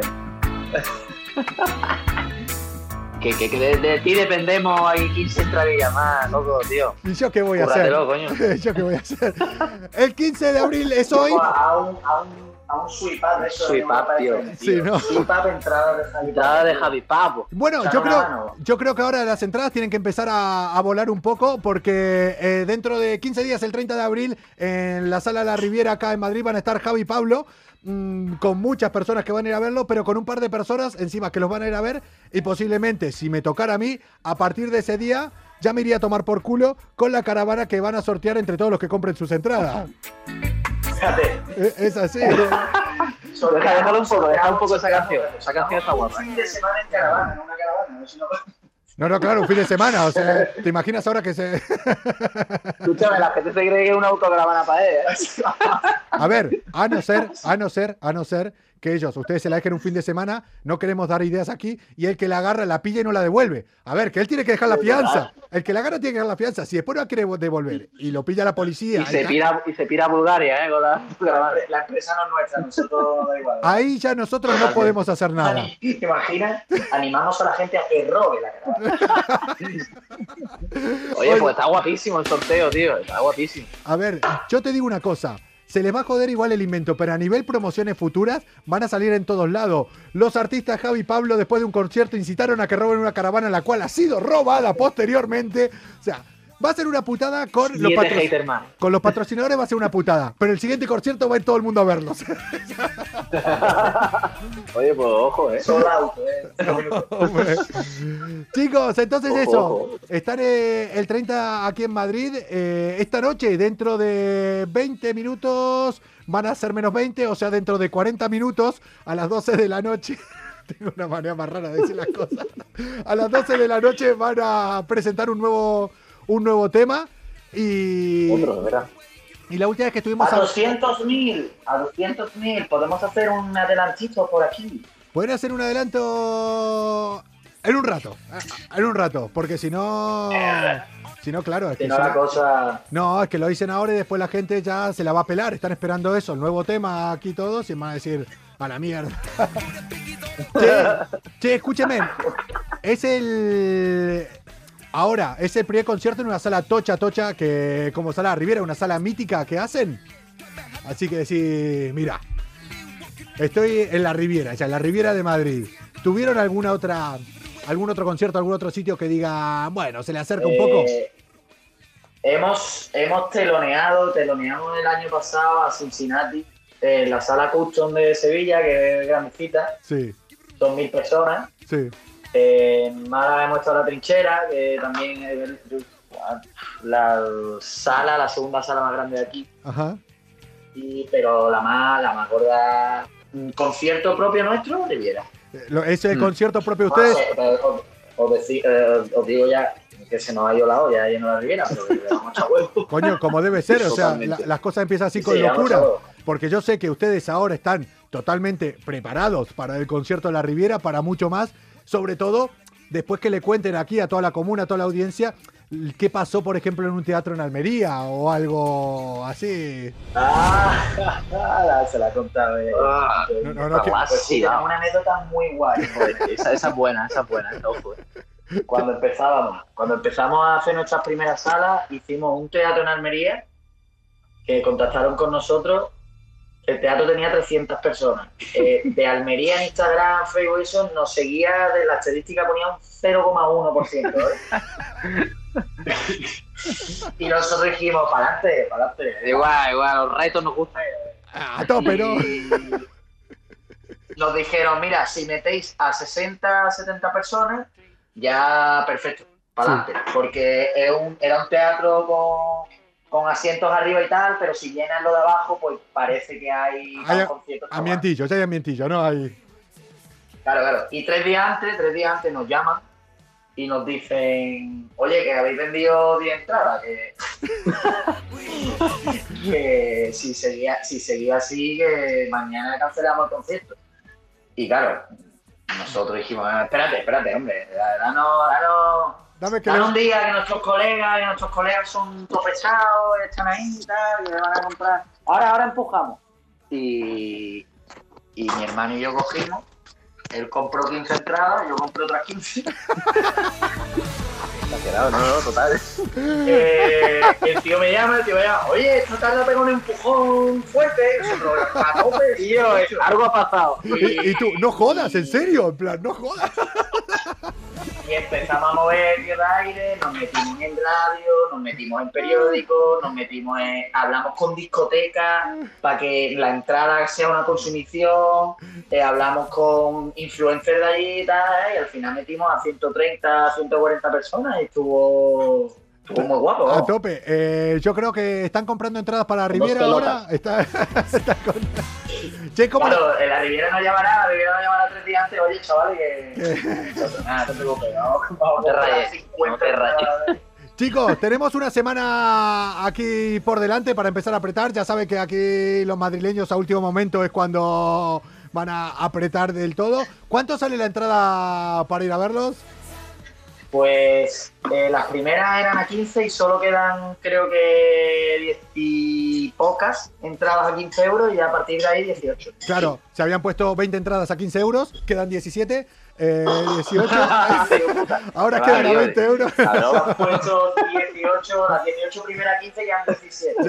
que, que, que de, de ti dependemos ahí quince entradillas más, Coco, tío. ¿Y yo qué voy a hacer? Cúrratelo, coño. ¿Yo qué voy a hacer? El quince de abril es hoy. A un, a un, a un sweep up de eso. Sweep up, tío. Sí, ¿no? Sweep up, entrada de Javi. Entrada de Javi Papo. Bueno, O sea, yo no, creo, no. yo creo que ahora las entradas tienen que empezar a, a volar un poco porque eh, dentro de quince días, el treinta de abril, en la Sala La Riviera acá en Madrid van a estar Javi y Pablo, mmm, con muchas personas que van a ir a verlo, pero con un par de personas encima que los van a ir a ver y posiblemente, si me tocara a mí, a partir de ese día ya me iría a tomar por culo con la caravana que van a sortear entre todos los que compren sus entradas. Fíjate. Es, es así. Deja, déjalo un poco, deja un poco esa canción. Esa canción está guapa. Un fin de semana en caravana, en una caravana. No sé si no... No, no, claro, un fin de semana. O sea, ¿te imaginas ahora que se... Escúchame, la gente se cree que es una autocaravana para él, ¿eh? A ver, a no ser, a no ser, a no ser que ellos, ustedes se la dejen un fin de semana, no queremos dar ideas aquí, y el que la agarra la pilla y no la devuelve. A ver, que él tiene que dejar la fianza. El que la agarra tiene que dejar la fianza. Si después no la quiere devolver y lo pilla la policía... Y se pira, y se pira a Bulgaria, ¿eh? Con la, la, la empresa no es nuestra, nosotros da igual. Ahí ya nosotros no podemos hacer nada. ¿Te imaginas? Animamos a la gente a que robe la cara. Oye, pues está guapísimo el sorteo, tío. Está guapísimo. A ver, yo te digo una cosa. Se les va a joder igual el invento, pero a nivel promociones futuras van a salir en todos lados. Los artistas Javi y Pablo, después de un concierto, incitaron a que roben una caravana la cual ha sido robada posteriormente. O sea, va a ser una putada con los, patro... con los patrocinadores, va a ser una putada. Pero el siguiente concierto va a ir todo el mundo a verlos. Oye, pues ojo, ¿eh? Solo auto, ¿eh? Chicos, entonces ojo, eso. Ojo. Están eh, el treinta aquí en Madrid. Eh, esta noche, dentro de veinte minutos, van a ser menos veinte, o sea, dentro de cuarenta minutos, a las doce de la noche. Tengo una manera más rara de decir las cosas. A las doce de la noche van a presentar un nuevo, un nuevo tema. Y. Otro, ¿verdad? Y la última vez que estuvimos a doscientos mil, a doscientos mil, podemos hacer un adelantito por aquí. Pueden hacer un adelanto en un rato, en un rato, porque si no, si no, claro, es que si no la cosa... no, es que lo dicen ahora y después la gente ya se la va a pelar, están esperando eso, el nuevo tema aquí todos y van a decir a la mierda. che, che, escúcheme, es el Ahora, es el primer concierto en una sala tocha, tocha, que como Sala Riviera, una sala mítica que hacen. Así que decís, mira, estoy en la Riviera, ya en la Riviera de Madrid. ¿Tuvieron alguna otra, algún otro concierto, algún otro sitio que diga, bueno, se le acerca un eh, poco? Hemos, hemos teloneado, teloneamos el año pasado a Cincinnati, en la sala Custom de Sevilla, que es grandecita. Sí. Son mil personas. Sí. Eh, en Málaga hemos estado en La Trinchera, que también es la sala, la segunda sala más grande de aquí. Ajá. Y, pero la más, la más gorda, concierto propio nuestro, Riviera. ¿Ese es el mm. concierto propio de ustedes? No, os, os, os, decí, eh, os digo ya que se nos ha ido la olla lleno la Riviera, pero que le damos mucha huevo. Coño, como debe ser, o sea, la, las cosas empiezan así con sí, locura. Porque yo sé que ustedes ahora están totalmente preparados para el concierto de la Riviera, para mucho más. Sobre todo, después que le cuenten aquí a toda la comuna, a toda la audiencia, qué pasó, por ejemplo, en un teatro en Almería o algo así. Ah, se la he contado. Eh. Ah, no, no, no, que... Pues sí, tenemos una anécdota muy guay. esa, esa es buena, esa es buena. Ojo. Cuando empezábamos, cuando empezamos a hacer nuestras primeras salas, hicimos un teatro en Almería que contactaron con nosotros. El teatro tenía trescientas personas. Eh, de Almería en Instagram, Facebook, eso nos seguía, de la estadística ponía un cero coma uno por ciento. ¿eh? Y nosotros dijimos, para adelante, para adelante. Igual, igual, los retos nos gustan. A tope, ¿no? Nos dijeron, mira, si metéis a sesenta, setenta personas, ya perfecto, para adelante. Sí. Porque es un, era un teatro con... con asientos arriba y tal, pero si llenan lo de abajo, pues parece que hay, hay un concierto. Ambientillo, ya hay ambientillo, ¿no? Hay... Claro, claro. Y tres días antes, tres días antes nos llaman y nos dicen, oye, que habéis vendido diez entradas, que, que si, seguía, si seguía así, que mañana cancelamos el concierto. Y claro, nosotros dijimos, espérate, espérate, hombre, danos, danos... Dame que Dan le... un día que nuestros colegas, que nuestros colegas son topechados, están ahí y tal, que le van a comprar. Ahora, ahora empujamos. Y, y mi hermano y yo cogimos. Él compró quince entradas, yo compré otras quince. Exagerado, no, no, total. Eh, el tío me llama, el tío me llama, oye, esta tarde pega un empujón fuerte, nosotros a tope, tío, algo ha pasado. Y, y tú, no jodas, en serio, en plan, no jodas. Y empezamos a mover de aire, nos metimos en radio, nos metimos en periódicos, nos metimos en... Hablamos con discotecas para que la entrada sea una consumición, eh, hablamos con influencers de allí y tal, eh, y al final metimos a ciento treinta, ciento cuarenta personas y estuvo... Estuvo muy guapo, ¿no? A tope. Eh, yo creo que están comprando entradas para la Riviera ahora. Está, está con... Che, ¿cómo bueno, la... la Riviera no llamará, la Riviera no llamará tres días antes. Oye, chaval, que... Nada, no te preocupes, vamos, vamos, no te rayes, no te rayes. Chicos, tenemos una semana aquí por delante para empezar a apretar. Ya saben que aquí los madrileños a último momento es cuando van a apretar del todo. ¿Cuánto sale la entrada para ir a verlos? Pues eh, las primeras eran a quince y solo quedan, creo que diez y pocas entradas a quince euros y a partir de ahí dieciocho. Claro, se habían puesto veinte entradas a quince euros, quedan diecisiete, eh, dieciocho. Ahora Va, quedan a tío, veinte euros. Claro, han puesto dieciocho, las dieciocho primeras quince quedan diecisiete.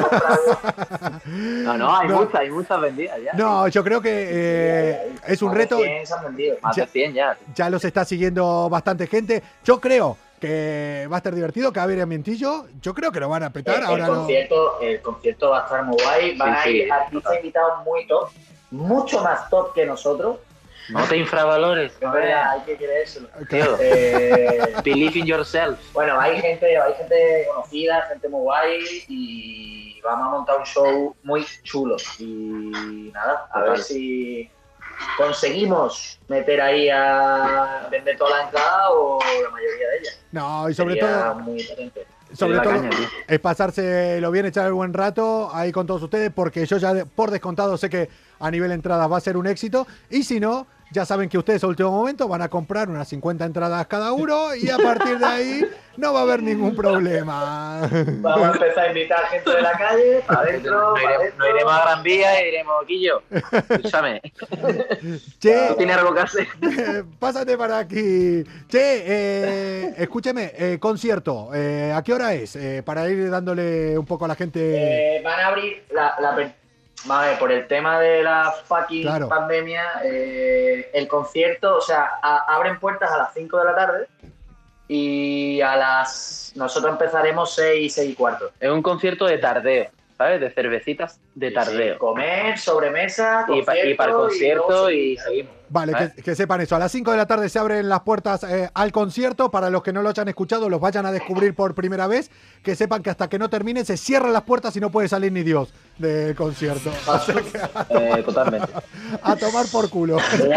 No, no, hay No. muchas, hay muchas vendidas ya. No, yo creo que eh, es un Más de reto. cien se han vendido. Más de cien ya. Ya los está siguiendo bastante gente. Yo creo que va a estar divertido, que va a haber ambientillo. Yo creo que lo van a petar. El, Ahora el, no. concierto, el concierto va a estar muy guay. Van Sí, a sí. ir artistas invitados muy top, mucho más top que nosotros. No te infravalores. Es verdad, hay que creérselo. Tío, Eh, believe in yourself. bueno, hay gente, hay gente conocida, gente muy guay y vamos a montar un show muy chulo. Y nada, a ver si conseguimos meter ahí a vender toda la entrada o la mayoría de ellas. No, y sobre Sería todo. muy potente. Sobre la todo caña, tío. es pasárselo bien, echar el buen rato ahí con todos ustedes, porque yo ya de- por descontado sé que a nivel entradas va a ser un éxito. Y si no, ya saben que ustedes a último momento van a comprar unas cincuenta entradas cada uno y a partir de ahí no va a haber ningún problema. Vamos a empezar a invitar gente de la calle, para adentro, No para iremos, adentro. no iremos a Gran Vía y diremos, Quillo, escúchame, Che, tú tienes algo que hacer. Eh, pásate para aquí. Che, eh, escúcheme, eh, concierto, eh, ¿a qué hora es? Eh, para ir dándole un poco a la gente. Eh, van a abrir la, la per- vamos a ver, por el tema de la fucking Claro. pandemia, eh, el concierto, o sea, a- abren puertas a las cinco de la tarde y a las nosotros empezaremos seis, seis y cuarto. Es un concierto de tardeo, ¿sabes? De cervecitas de Sí, tardeo. sí, comer, sobremesa, Y, pa- y para el concierto luego y seguir. seguimos. Vale, ¿sabes? que, que sepan eso. A las cinco de la tarde se abren las puertas eh, al concierto. Para los que no lo hayan escuchado, los vayan a descubrir por primera vez. Que sepan que hasta que no termine se cierran las puertas y no puede salir ni Dios del concierto. O sea que Eh, totalmente. a tomar por culo.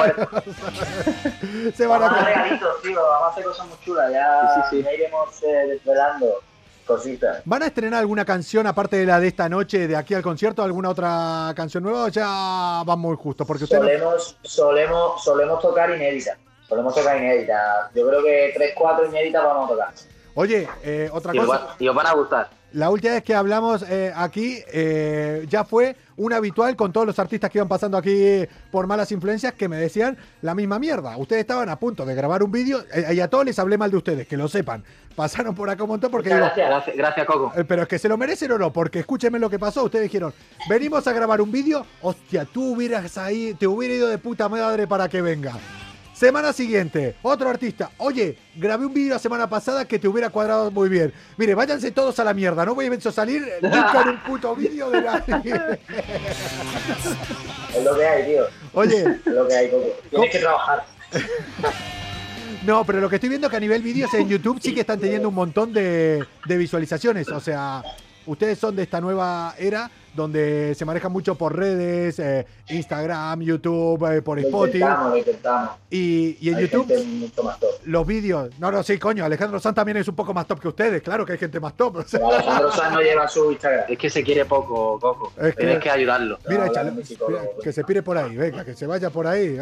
Se van Vamos a dar a... regalitos, tío, vamos a hacer cosas muy chulas, ya, Sí, sí, sí. ya iremos eh, desvelando cositas. ¿Van a estrenar alguna canción aparte de la de esta noche, de aquí al concierto? ¿Alguna otra canción nueva o ya van muy justo? Porque usted no... Solemos, solemos, solemos tocar inéditas. Solemos tocar inéditas. Yo creo que tres, cuatro inéditas vamos a tocar. Oye, eh, otra Y os, cosa. va- y os van a gustar. La última vez que hablamos eh, aquí eh, ya fue un habitual con todos los artistas que iban pasando aquí por Malas Influencias que me decían la misma mierda. Ustedes estaban a punto de grabar un vídeo eh, y a todos les hablé mal de ustedes, que lo sepan. Pasaron por acá un montón porque Muchas digo, gracias. Gracias, gracias Coco. eh, pero es que se lo merecen o no, porque escúchenme lo que pasó. Ustedes dijeron, venimos a grabar un vídeo, hostia, tú hubieras ahí, te hubiera ido de puta madre para que venga. Semana siguiente, otro artista. Oye, grabé un vídeo la semana pasada que te hubiera cuadrado muy bien. Mire, váyanse todos a la mierda. No voy a salir nunca en un puto vídeo de nadie. Es lo que hay, tío. Oye, Es lo que hay, Coco. Tienes que trabajar. no, pero lo que estoy viendo es que a nivel vídeos en YouTube sí que están teniendo un montón de, de visualizaciones. O sea, ustedes son de esta nueva era donde se manejan mucho por redes, eh, Instagram, YouTube, eh, por Lo Spotify. intentamos, lo intentamos. Y, y en Hay YouTube... gente mucho más top. Los vídeos, no, no, sí, coño, Alejandro Sanz también es un poco más top que ustedes, claro que hay gente más top. O sea, Pero Alejandro Sanz no lleva su Instagram. Es que se quiere poco, Coco. Es que- Tienes que ayudarlo. mira, hablar échale, con mi psicólogo, mira, pues. que se pire por ahí, venga, que se vaya por ahí.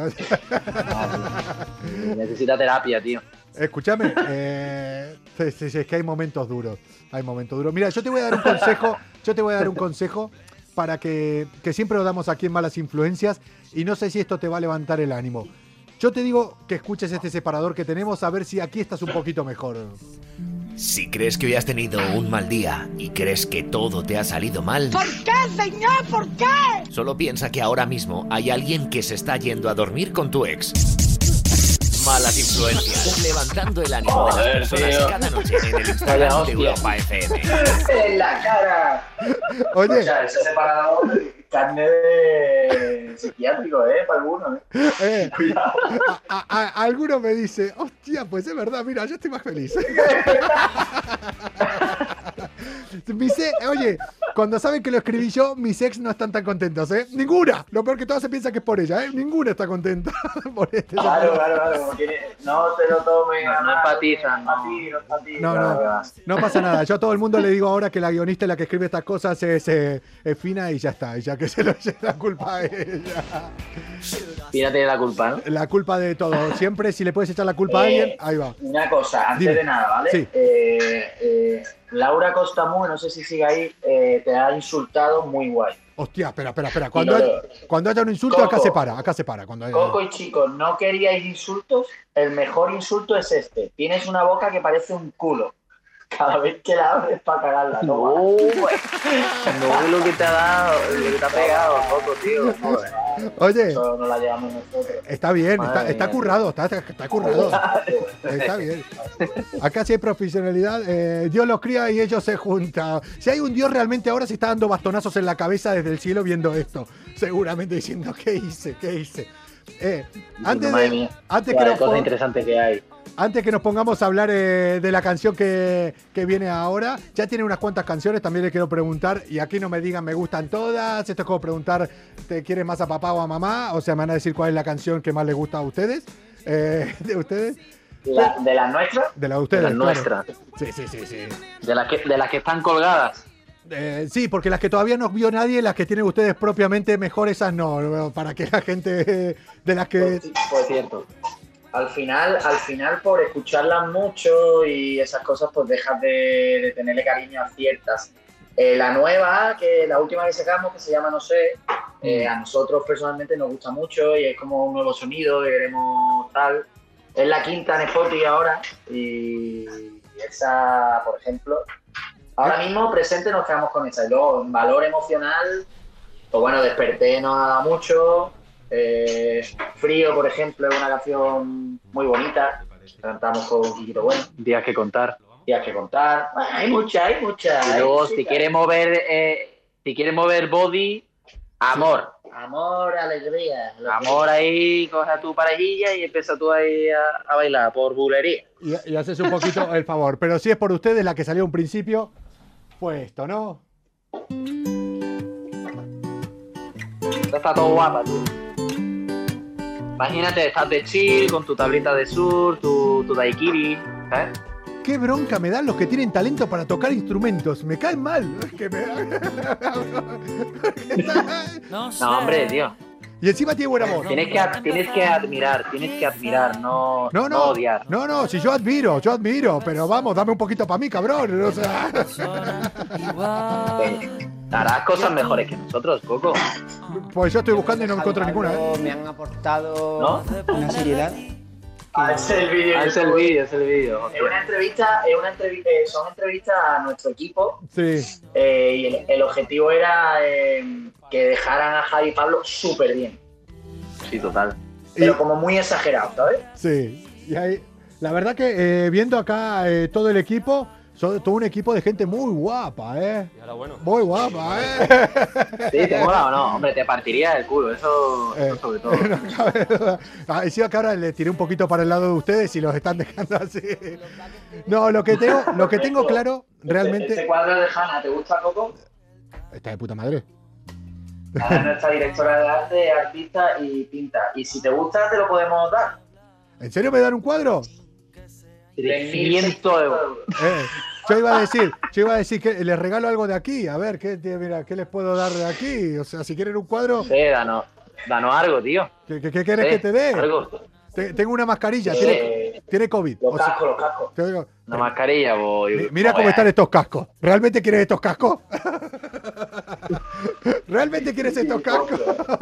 Necesita terapia, tío. Escúchame, eh, sí, sí, sí, es que hay momentos duros, hay momentos duros. Mira, yo te voy a dar un consejo, yo te voy a dar un consejo para que, que siempre lo damos aquí en Malas Influencias y no sé si esto te va a levantar el ánimo. Yo te digo que escuches este separador que tenemos a ver si aquí estás un poquito mejor. Si crees que hoy has tenido un mal día y crees que todo te ha salido mal, ¿Por qué, señor? ¿Por qué? solo piensa que ahora mismo hay alguien que se está yendo a dormir con tu ex. Malas Influencias, levantando el ánimo de las personas tío. cada noche en el Vaya Instagram de hostia. Europa F M. ¡En la cara! O Oye, sea, ese separador, carne de psiquiátrico, ¿eh? Para algunos, ¿eh? eh, Cuidado. a, a- a- alguno me dice, hostia, pues es verdad, mira, yo estoy más feliz. Me dice, oye, cuando saben que lo escribí yo, mis ex no están tan contentos, ¿eh? Ninguna. Lo peor que todas se piensa que es por ella, ¿eh? Ninguna está contenta por este. Claro, claro, claro. Como tiene, no te lo tomes. No, no empatizan, no. No, no, no, no pasa nada. Yo a todo el mundo le digo ahora que la guionista y la que escribe estas cosas es, eh, es Fina y ya está. Ya que se lo lleva la culpa a ella. Fina tiene la culpa, ¿no? La culpa de todo. Siempre si le puedes echar la culpa eh, a alguien, ahí va. Una cosa, antes Dime. de nada, ¿vale? Sí. Eh, eh, Laura Costamú, no sé si sigue ahí, eh, te ha insultado muy guay. Hostia, espera, espera, espera. Cuando, no, hay, cuando haya un insulto, Coco, acá se para, acá se para. Cuando haya... Coco y chicos, ¿no queríais insultos? El mejor insulto es este. Tienes una boca que parece un culo. Cada vez que la abres para cagarla. No, no es lo que te ha dado, lo que te ha pegado, Coco, tío. Oye, eso no la llevamos nosotros. Está bien, Madre está, está mía, currado, está, está currado. Está bien. Acá sí hay profesionalidad. Eh, Dios los cría y ellos se juntan. Si hay un Dios realmente ahora se está dando bastonazos en la cabeza desde el cielo viendo esto. Seguramente diciendo, ¿qué hice? ¿Qué hice? Eh, antes Madre de, mía. antes, Toda que la nos, cosa pon- interesante que hay. antes que nos pongamos a hablar eh, de la canción que, que viene ahora, ya tiene unas cuantas canciones, también le quiero preguntar, y aquí no me digan me gustan todas, esto es como preguntar, ¿te quieres más a papá o a mamá? O sea, me van a decir cuál es la canción que más les gusta a ustedes, eh, de ustedes. La, ¿De las nuestras? De la de ustedes, De las claro. nuestras. Sí, sí, sí, sí. De las que, de las que están colgadas. Eh, sí, porque las que todavía no vio nadie, las que tienen ustedes propiamente, mejor esas no, para que la gente de las que... Pues, pues cierto. Al final, al final, por escucharlas mucho y esas cosas, pues dejas de, de tenerle cariño a ciertas. Eh, la nueva, que la última que sacamos, que se llama No sé, eh, a nosotros personalmente nos gusta mucho y es como un nuevo sonido que queremos tal. Es la quinta en Spotify ahora y esa, por ejemplo, ahora mismo presente nos quedamos con esa. Y luego, en valor emocional, pues bueno, Desperté nos ha dado mucho. Eh, Frío, por ejemplo, es una canción muy bonita. Cantamos con Quiquito Bueno. Días que contar. Días que contar. Bueno, hay muchas, hay muchas. Y luego, hay si quieres mover, eh, si quieres mover body, amor. Amor, alegría. Amor ahí, coge a tu parejilla y empieza tú ahí a, a bailar por bulería. Y, y haces un poquito el favor. Pero si es por ustedes, la que salió a un principio fue esto, ¿no? Esta está todo guapa, tú. Imagínate, estás de chill con tu tablita de surf, tu, tu daiquiri, ¿sabes? Qué bronca me dan los que tienen talento para tocar instrumentos. Me caen mal. Que me... No, hombre, tío. Y encima tiene buena voz. Tienes que, ad- tienes que admirar, tienes que admirar, no, No, no, no, odiar. no, no, si yo admiro, yo admiro, pero vamos, dame un poquito para mí, cabrón. O sea... Eh, Harás cosas mejores que nosotros, Coco. Pues yo estoy buscando y no encuentro ninguna. ¿eh? Me han aportado ¿No? una seriedad. Ah, ese es el vídeo. Ah, es el vídeo, es el vídeo. Es una entrevista, es una entrevista, eh, son entrevistas a nuestro equipo. Sí. Eh, y el, el objetivo era eh, que dejaran a Javi y Pablo súper bien. Sí, total. Pero Y- como muy exagerado, ¿sabes? Sí. Y ahí, la verdad que eh, viendo acá eh, todo el equipo, son todo un equipo de gente muy guapa, ¿eh? Muy guapa, ¿eh? Sí, te mola o no, hombre, te partiría el culo, eso, Eh, eso sobre todo. No cabe duda. Ah, decía que ahora le tiré un poquito para el lado de ustedes y los están dejando así. No, lo que tengo, lo que tengo claro, Este realmente. cuadro de Hanna, ¿te gusta, Coco? Está de puta madre. Hanna es nuestra directora de arte, artista y pinta. Y si te gusta, te lo podemos dar. ¿En serio me dan un cuadro? trescientos euros. Eh, yo iba a decir, yo iba a decir que les regalo algo de aquí. A ver, ¿qué, mira, ¿qué les puedo dar de aquí? O sea, si quieren un cuadro, Sí, danos, danos algo, tío. ¿qué, qué- qué querés Sí, que te dé? algo. Te- tengo una mascarilla, Sí. tiene, tiene COVID. Los O sea, cascos, los cascos. te digo, Una mascarilla, voy. mi- mira cómo están estos cascos. ¿Realmente quieres estos cascos? ¿Realmente quieres estos cascos?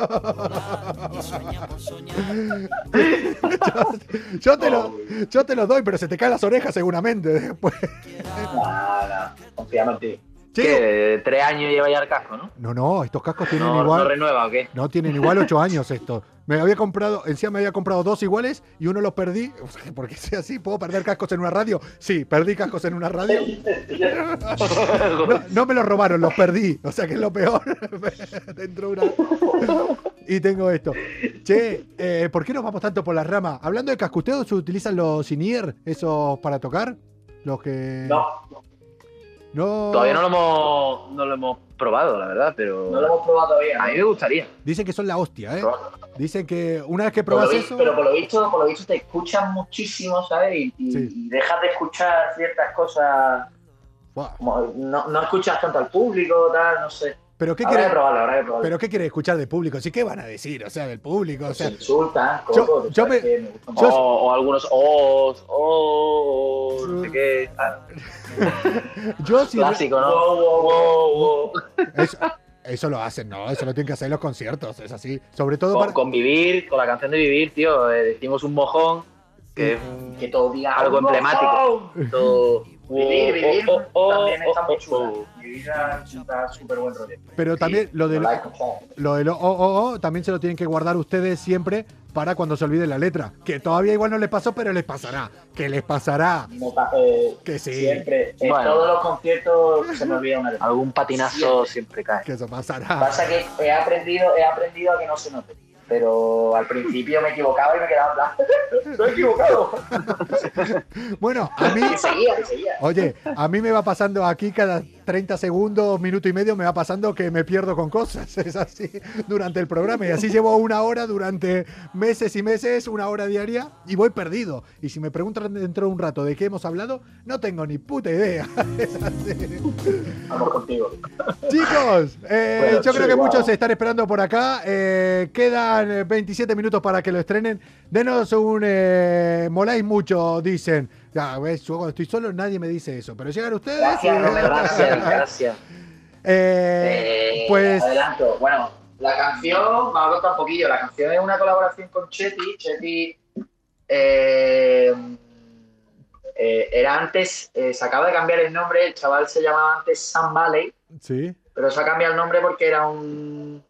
yo, yo te lo, yo te los doy, pero se te caen las orejas seguramente después. Nada, confiamos en ti. Che, ¿Qué? Tres años lleva ya el casco, ¿no? no, no, estos cascos tienen No, igual. no renueva, ¿o qué? No, tienen igual ocho años esto. Me había comprado, encima me había comprado dos iguales y uno los perdí. Porque sea así, ¿puedo perder cascos en una radio? Sí, perdí cascos en una radio. No, no me los robaron, los perdí. O sea que es lo peor. Dentro de una. Y tengo esto. Che, eh, ¿por qué nos vamos tanto por las ramas? Hablando de casco, ¿ustedes utilizan los in-ear, esos para tocar? Los que. No, No. Todavía no lo hemos, no lo hemos probado, la verdad, pero... No lo hemos probado todavía, ¿no? A mí me gustaría. Dicen que son la hostia, ¿eh? Dicen que una vez que Por lo pruebas visto- eso... Pero por lo visto, por lo visto te escuchan muchísimo, ¿sabes? Y, y- Sí. y dejas de escuchar ciertas cosas. Buah. Como no, no escuchas tanto al público, tal, no sé. ¿Pero qué Habrá quiere- que probarlo, habrá que probarlo. ¿Pero qué quieres escuchar del público? ¿Sí qué van a decir? O sea, del público, o sea... Se insultan, Yo- Coco, tú yo sabes me- que me gusta yo- mucho. O, o algunos os, os, no sé qué. Ah, Yo sí... clásico, ¿no? Wow, wow, wow, wow. Eso, eso lo hacen, ¿no? Eso lo tienen que hacer en los conciertos, es así. Sobre todo Con, para... con Vivir, con la canción de Vivir, tío, eh, decimos un mojón, que es un- Que todo diga algo "Wow, emblemático. wow". Todo- Vivir, vivir oh, oh, también oh, está muy oh, chula. oh. Vivir está súper buen rollo. Pero también lo del... No la he escuchado. Lo del oh, oh, oh, también se lo tienen que guardar ustedes siempre para cuando se olviden la letra. Que todavía igual no les pasó, pero les pasará. Que les pasará. Me pa- eh, Que sí. Siempre, en Bueno. todos los conciertos se me olvida una letra. Algún patinazo siempre cae. Que eso pasará. Pasa que he aprendido, he aprendido a que no se note. Pero al principio me equivocaba y me quedaba en plan, ¡estoy equivocado! Bueno, a mí... Y seguía, y seguía. Oye, a mí me va pasando aquí cada treinta segundos, minuto y medio, me va pasando que me pierdo con cosas. Es así durante el programa. Y así llevo una hora durante meses y meses, una hora diaria, y voy perdido. Y si me preguntan dentro de un rato de qué hemos hablado, no tengo ni puta idea. Es así. Vamos contigo. Chicos, eh, Bueno, yo creo sí, que wow. muchos se están esperando por acá. Eh, quedan eh, veintisiete minutos para que lo estrenen. Denos un... Eh, moláis mucho, dicen. Ya, ves, yo cuando estoy solo nadie me dice eso. Pero llegan ustedes... Gracias, y- Romero, Gracias, gracias. Eh, Eh, pues... Adelanto. Bueno, la canción, vamos a contar un poquillo. La canción es una colaboración con Chetty. Chetty eh, eh, era antes, eh, se acaba de cambiar el nombre. El chaval se llamaba antes Sam Valley, Sí, pero se ha cambiado el nombre porque era un.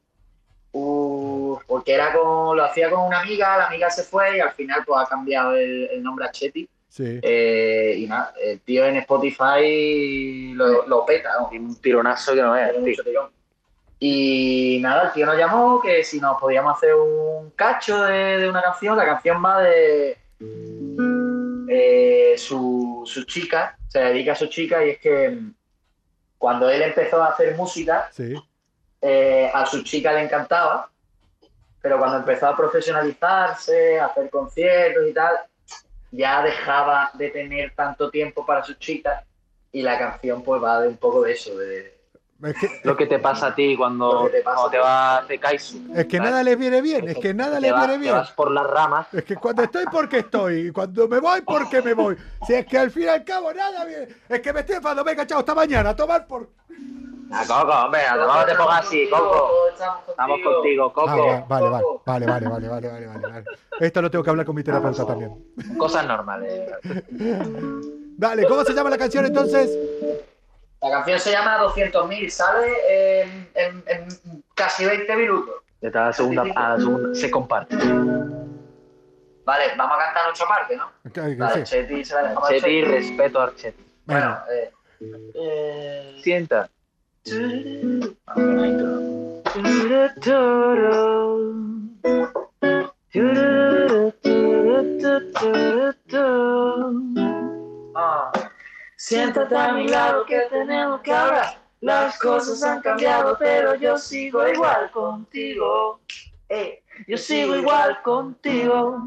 un- porque era con, lo hacía con una amiga, la amiga se fue y al final pues ha cambiado el, el nombre a Chetty. sí. Eh, y nada, el tío en Spotify lo, lo peta, ¿no? Y un tironazo que no es, Tiene tío. mucho tirón. Y nada, el tío nos llamó que si nos podíamos hacer un cacho de, de una canción. La canción va de eh, su, su chica, se dedica a su chica, y es que cuando él empezó a hacer música, Sí. eh, a su chica le encantaba, pero cuando empezó a profesionalizarse, a hacer conciertos y tal, ya dejaba de tener tanto tiempo para su chica, y la canción pues va de un poco de eso, de... Es que, Lo que te pasa a ti cuando, Lo que te pasa cuando a te ti. vas a hacer Kaisu. es que nada les viene bien, es que nada Te les vas, viene te bien. vas por las ramas. Es que cuando estoy, porque estoy. Y cuando me voy, porque me voy. Si es que al fin y al cabo nada viene. Es que me estoy enfadando. Venga, chao, hasta mañana. A tomar por... Ah, Coco, hombre, no te pongas así, Coco. Estamos contigo, Ah, Coco. va- vale, vale, vale, vale, vale, vale, vale, vale, vale. Esto lo tengo que hablar con mi terapeuta también. Cosas normales. Dale, ¿cómo se llama la canción entonces? La canción se llama doscientos mil, sale en, en- en casi veinte minutos. De la segunda a la segunda se comparte. Vale, vamos a cantar otra parte, ¿no? Que- que Vale, sí. Chetty se la dejamos a Chetty, Chetty. respeto a Chetty. Bueno, Venga. eh, eh, Sienta. ah, una intro. Ah. Siéntate a mi lado que tenemos que hablar. Las cosas han cambiado, pero yo sigo igual contigo. Eh, yo sigo igual contigo.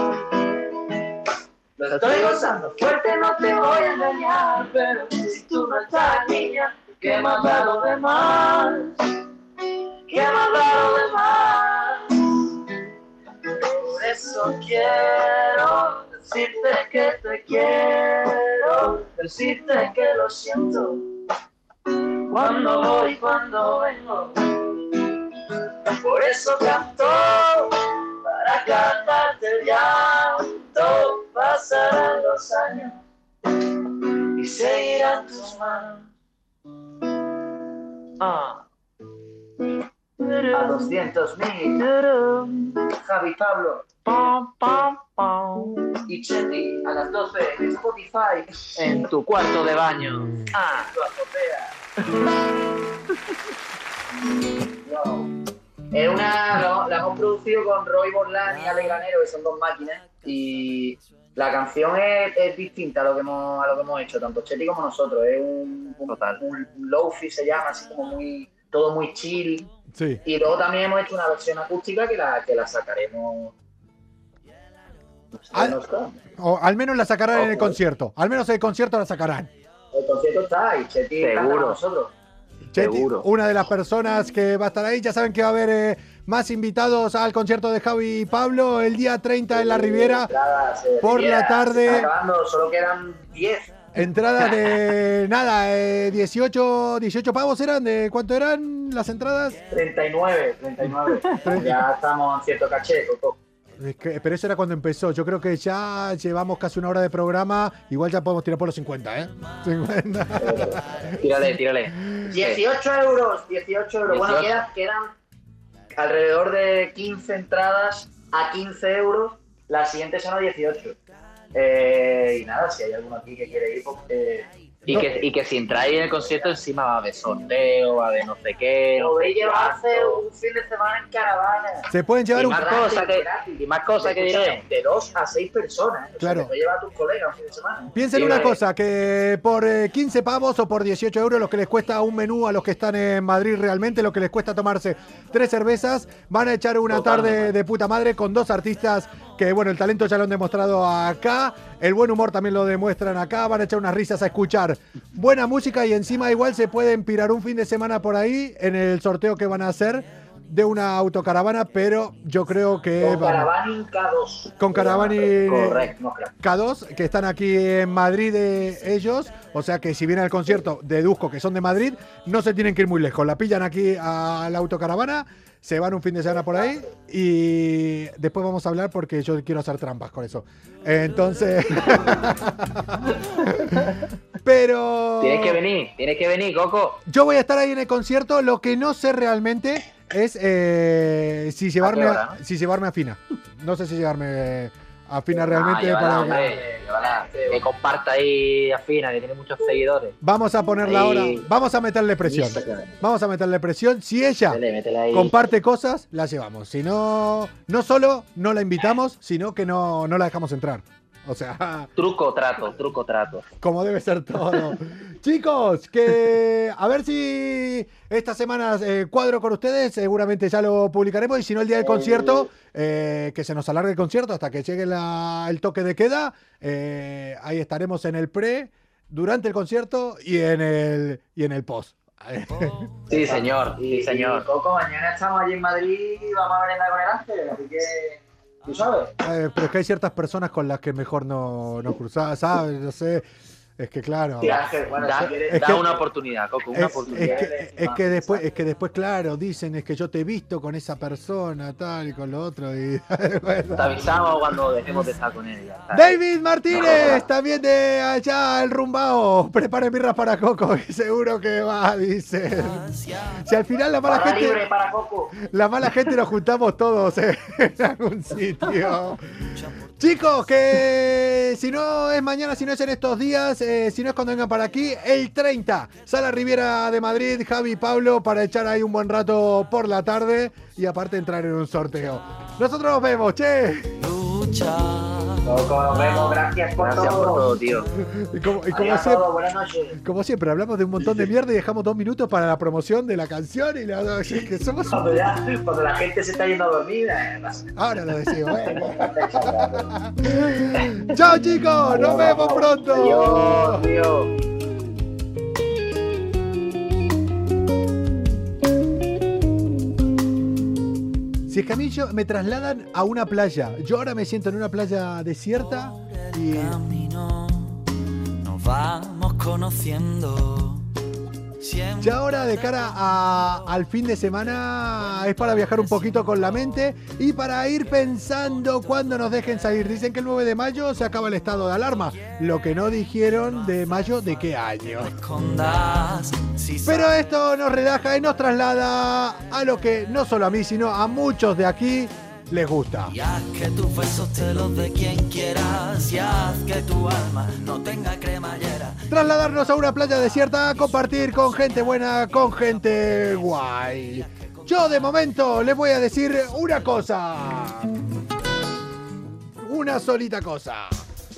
Lo estoy gozando fuerte, no te voy a engañar. Pero si tú no estás, niña, ¿qué más da lo demás? ¿Qué más da lo demás? Por eso quiero decirte que te quiero, decirte que lo siento. Cuando voy, cuando vengo. Por eso canto, para cantarte el llanto. Pasarán los años y seguirán tus manos. Ah. A doscientos mil. Javi Pablo. Y Chetty a las doce en Spotify. En tu cuarto de baño. Ah, tu azotea. Wow. Es una, lo- la hemos producido con Roy Borlán y Ale Granero, que son dos máquinas, y, La canción es, es distinta a lo que hemos a lo que hemos hecho, tanto Chetty como nosotros. Es un, un, un, un lofi, se llama, así como muy todo muy chill. Sí. Y luego también hemos hecho una versión acústica que la, que la sacaremos. No sé, al, no está. O al menos la sacarán Ojo. en el concierto. Al menos el concierto la sacarán. El concierto está y Chetty está con nosotros. Chetty, Seguro. una de las personas que va a estar ahí. Ya saben que va a haber eh, más invitados al concierto de Javi y Pablo el día treinta en la Riviera. Entradas, eh, por Riviera, la tarde. se está acabando, solo quedan diez. Entradas de nada, eh, dieciocho, dieciocho pavos eran. ¿De cuánto eran las entradas? treinta y nueve, treinta y nueve. Ya estamos en cierto caché, Coco. Es que, pero eso era cuando empezó. Yo creo que ya llevamos casi una hora de programa. Igual ya podemos tirar por los cincuenta, ¿eh? cincuenta. Tírale, tírale. dieciocho euros, dieciocho euros. Bueno, quedan, quedan alrededor de quince entradas a quince euros. La siguiente son a dieciocho. Eh, y nada, si hay alguno aquí que quiere ir, pues... Eh, Y, no. que, y que si entráis en el concierto encima va de sorteo, va de no sé qué. No Podéis sé llevarse cuánto. un fin de semana en caravana. Se pueden llevar Y un. más cosas que, y más cosas que diré. De dos a seis personas. ¿eh? O Claro. sea, te puedes llevar a tus colegas un fin de semana. Piensen Sí, una vale. cosa, que por eh, quince pavos o por dieciocho euros, lo que les cuesta un menú a los que están en Madrid realmente, lo que les cuesta tomarse tres cervezas, van a echar una Totalmente. tarde de puta madre con dos artistas que, bueno, el talento ya lo han demostrado acá, el buen humor también lo demuestran acá, van a echar unas risas a escuchar buena música y encima igual se pueden pirar un fin de semana por ahí en el sorteo que van a hacer de una autocaravana, pero yo creo que... Con vamos, Caravani K dos. Con Caravani Correcto, no, claro. K dos, que están aquí en Madrid eh, ellos, o sea que si vienen al concierto, deduzco que son de Madrid, no se tienen que ir muy lejos, la pillan aquí a la autocaravana, se van un fin de semana por ahí y después vamos a hablar porque yo quiero hacer trampas con eso. Entonces... Pero... Tienes que venir, tienes que venir, Coco. Yo voy a estar ahí en el concierto, lo que no sé realmente es eh, si llevarme ¿A a, qué hora, no? si llevarme a Fina. No sé si llevarme a Fina realmente Ah, llévala, para que- hombre, llévala. Que comparta ahí a Fina, que tiene muchos seguidores. Vamos a ponerla Ahí. ahora, vamos a meterle presión. Instagram. Vamos a meterle presión. Si ella Métele, métele ahí. comparte cosas, la llevamos. Si no, no solo no la invitamos, sino que no, no la dejamos entrar. O sea, Truco, trato, truco, trato. como debe ser todo. Chicos, que a ver si esta semana eh, cuadro con ustedes, seguramente ya lo publicaremos y si no el día del concierto, eh, que se nos alargue el concierto hasta que llegue la- el toque de queda, eh, ahí estaremos en el pre, durante el concierto y en el, y en el post. Sí, señor, Y, sí, señor. y Coco, mañana estamos allí en Madrid y vamos a merendar con el Ángel, así que... ¿Tú sabes? Eh, pero es que hay ciertas personas con las que mejor no, no cruzar, ¿sabes? No sé, es que claro. Sí, Ángel, bueno, Da, si quieres... Es da que- una oportunidad, Coco, una Es, oportunidad. es que, es que después, es que después, claro, dicen es que yo te he visto con esa persona, tal y con lo otro. Y, bueno. Te avisamos cuando dejemos de estar con él. ya está. David Martínez, también de allá el Rumbao. Prepare birras para Coco, que seguro que va, dice. Si al final la mala Barra libre gente, para Coco. la mala gente nos juntamos todos eh, en algún sitio. Chicos, que si no es mañana, si no es en estos días, eh, si no es cuando vengan para aquí, el treinta, Sala Riviera de Madrid, Javi y Pablo, para echar ahí un buen rato por la tarde y aparte entrar en un sorteo. Nosotros nos vemos, che. Coco, nos vemos, gracias por Gracias por todo. todo, tío. Y como, y como Adiós a siempre, todos, buenas noches. como siempre, hablamos de un montón de mierda y dejamos dos minutos para la promoción de la canción y la, es que somos... Cuando, ya, cuando la gente se está yendo a dormir, eh, pasa. Ahora lo decimos, bueno. Chao chicos, nos vemos pronto. Adiós, tío. Si es que a mí yo- me trasladan a una playa, yo ahora me siento en una playa desierta y Camino, nos vamos conociendo. Siempre ya ahora de cara a- al fin de semana es para viajar un poquito con la mente y para ir pensando cuándo nos dejen salir. Dicen que el nueve de mayo se acaba el estado de alarma, lo que no dijeron de mayo de qué año. escondas. Si Pero esto nos relaja y nos traslada a lo que no solo a mí, sino a muchos de aquí les gusta. y haz que tus besos te los dé quien quieras y haz que tu alma no tenga cremallera. Trasladarnos a una playa desierta a compartir con gente buena, con gente guay. Yo de momento les voy a decir una cosa. Una solita cosa.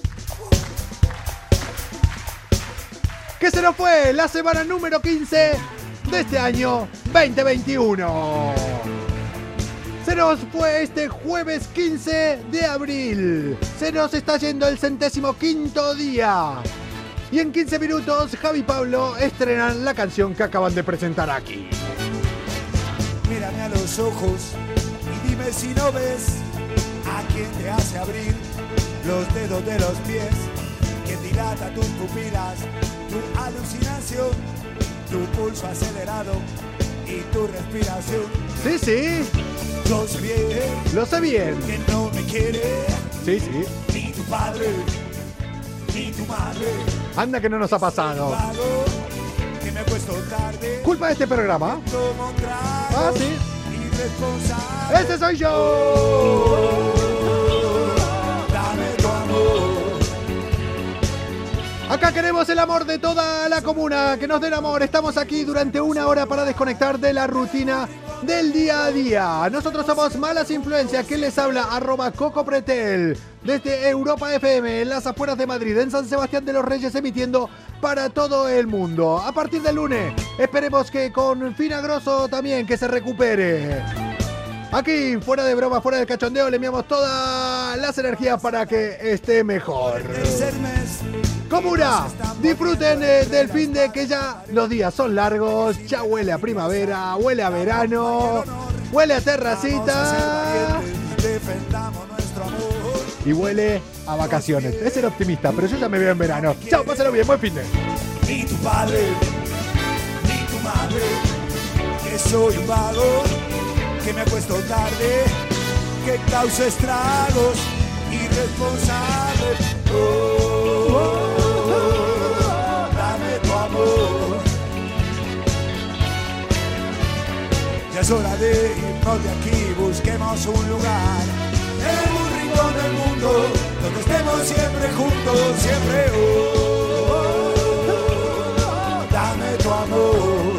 que se nos fue la semana número quince de este año veinte veintiuno. Se nos fue este jueves quince de abril. Se nos está yendo el centésimo quinto día. Y en quince minutos, Javi y Pablo estrenan la canción que acaban de presentar aquí. Mírame a los ojos y dime si no ves a quien te hace abrir los dedos de los pies, que dilata tus pupilas, tu alucinación, tu pulso acelerado y tu respiración. Sí, sí. Lo sé bien. Lo sé bien. Que no me quiere. Sí, sí. Ni tu padre, ni tu madre. Anda que no nos ha pasado. Que me he puesto tarde. Culpa de este programa. Como un trago. Ah, sí. Irresponsable. ¡Ese soy yo! Dame tu amor. Acá queremos el amor de toda la comuna, que nos den amor. Estamos aquí durante una hora para desconectar de la rutina del día a día. Nosotros somos Malas Influencias. ¿Quién les habla? Arroba Coco Pretel. Desde Europa F M, en las afueras de Madrid, en San Sebastián de los Reyes, emitiendo para todo el mundo. A partir del lunes, esperemos que con Fina Grosso también, que se recupere. Aquí, fuera de broma, fuera del cachondeo, le enviamos todas las energías para que esté mejor. Comuna, disfruten eh, del fin de que ya los días son largos, ya huele a primavera, huele a verano, huele a terracita y huele a vacaciones. Es ser optimista, pero yo ya me veo en verano. Chao, pásenlo bien, buen fin de. Ni tu padre, ni tu madre, que soy un vago, que me acuesto tarde, que causa estragos, irresponsable. Oh, oh, oh, dame tu amor. Ya es hora de irnos de aquí, busquemos un lugar en un rincón del mundo donde estemos siempre juntos, siempre. Oh, oh, oh, dame tu amor.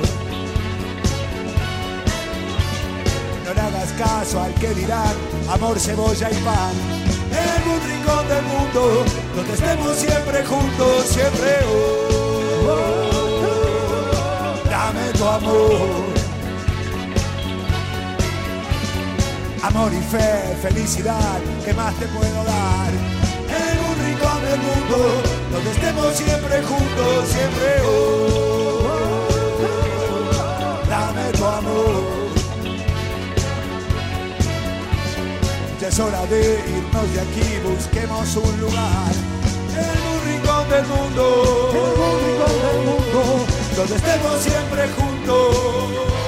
No le hagas caso al que dirán amor, cebolla y pan. En un rincón del mundo donde estemos siempre juntos, siempre. Oh, oh, oh, dame tu amor. Amor y fe, felicidad, ¿qué más te puedo dar? En un rincón del mundo donde estemos siempre juntos, siempre. Oh, oh, oh, dame tu amor. Ya es hora de irnos de aquí, busquemos un lugar en un rincón del mundo, en un rincón del mundo donde estemos siempre juntos.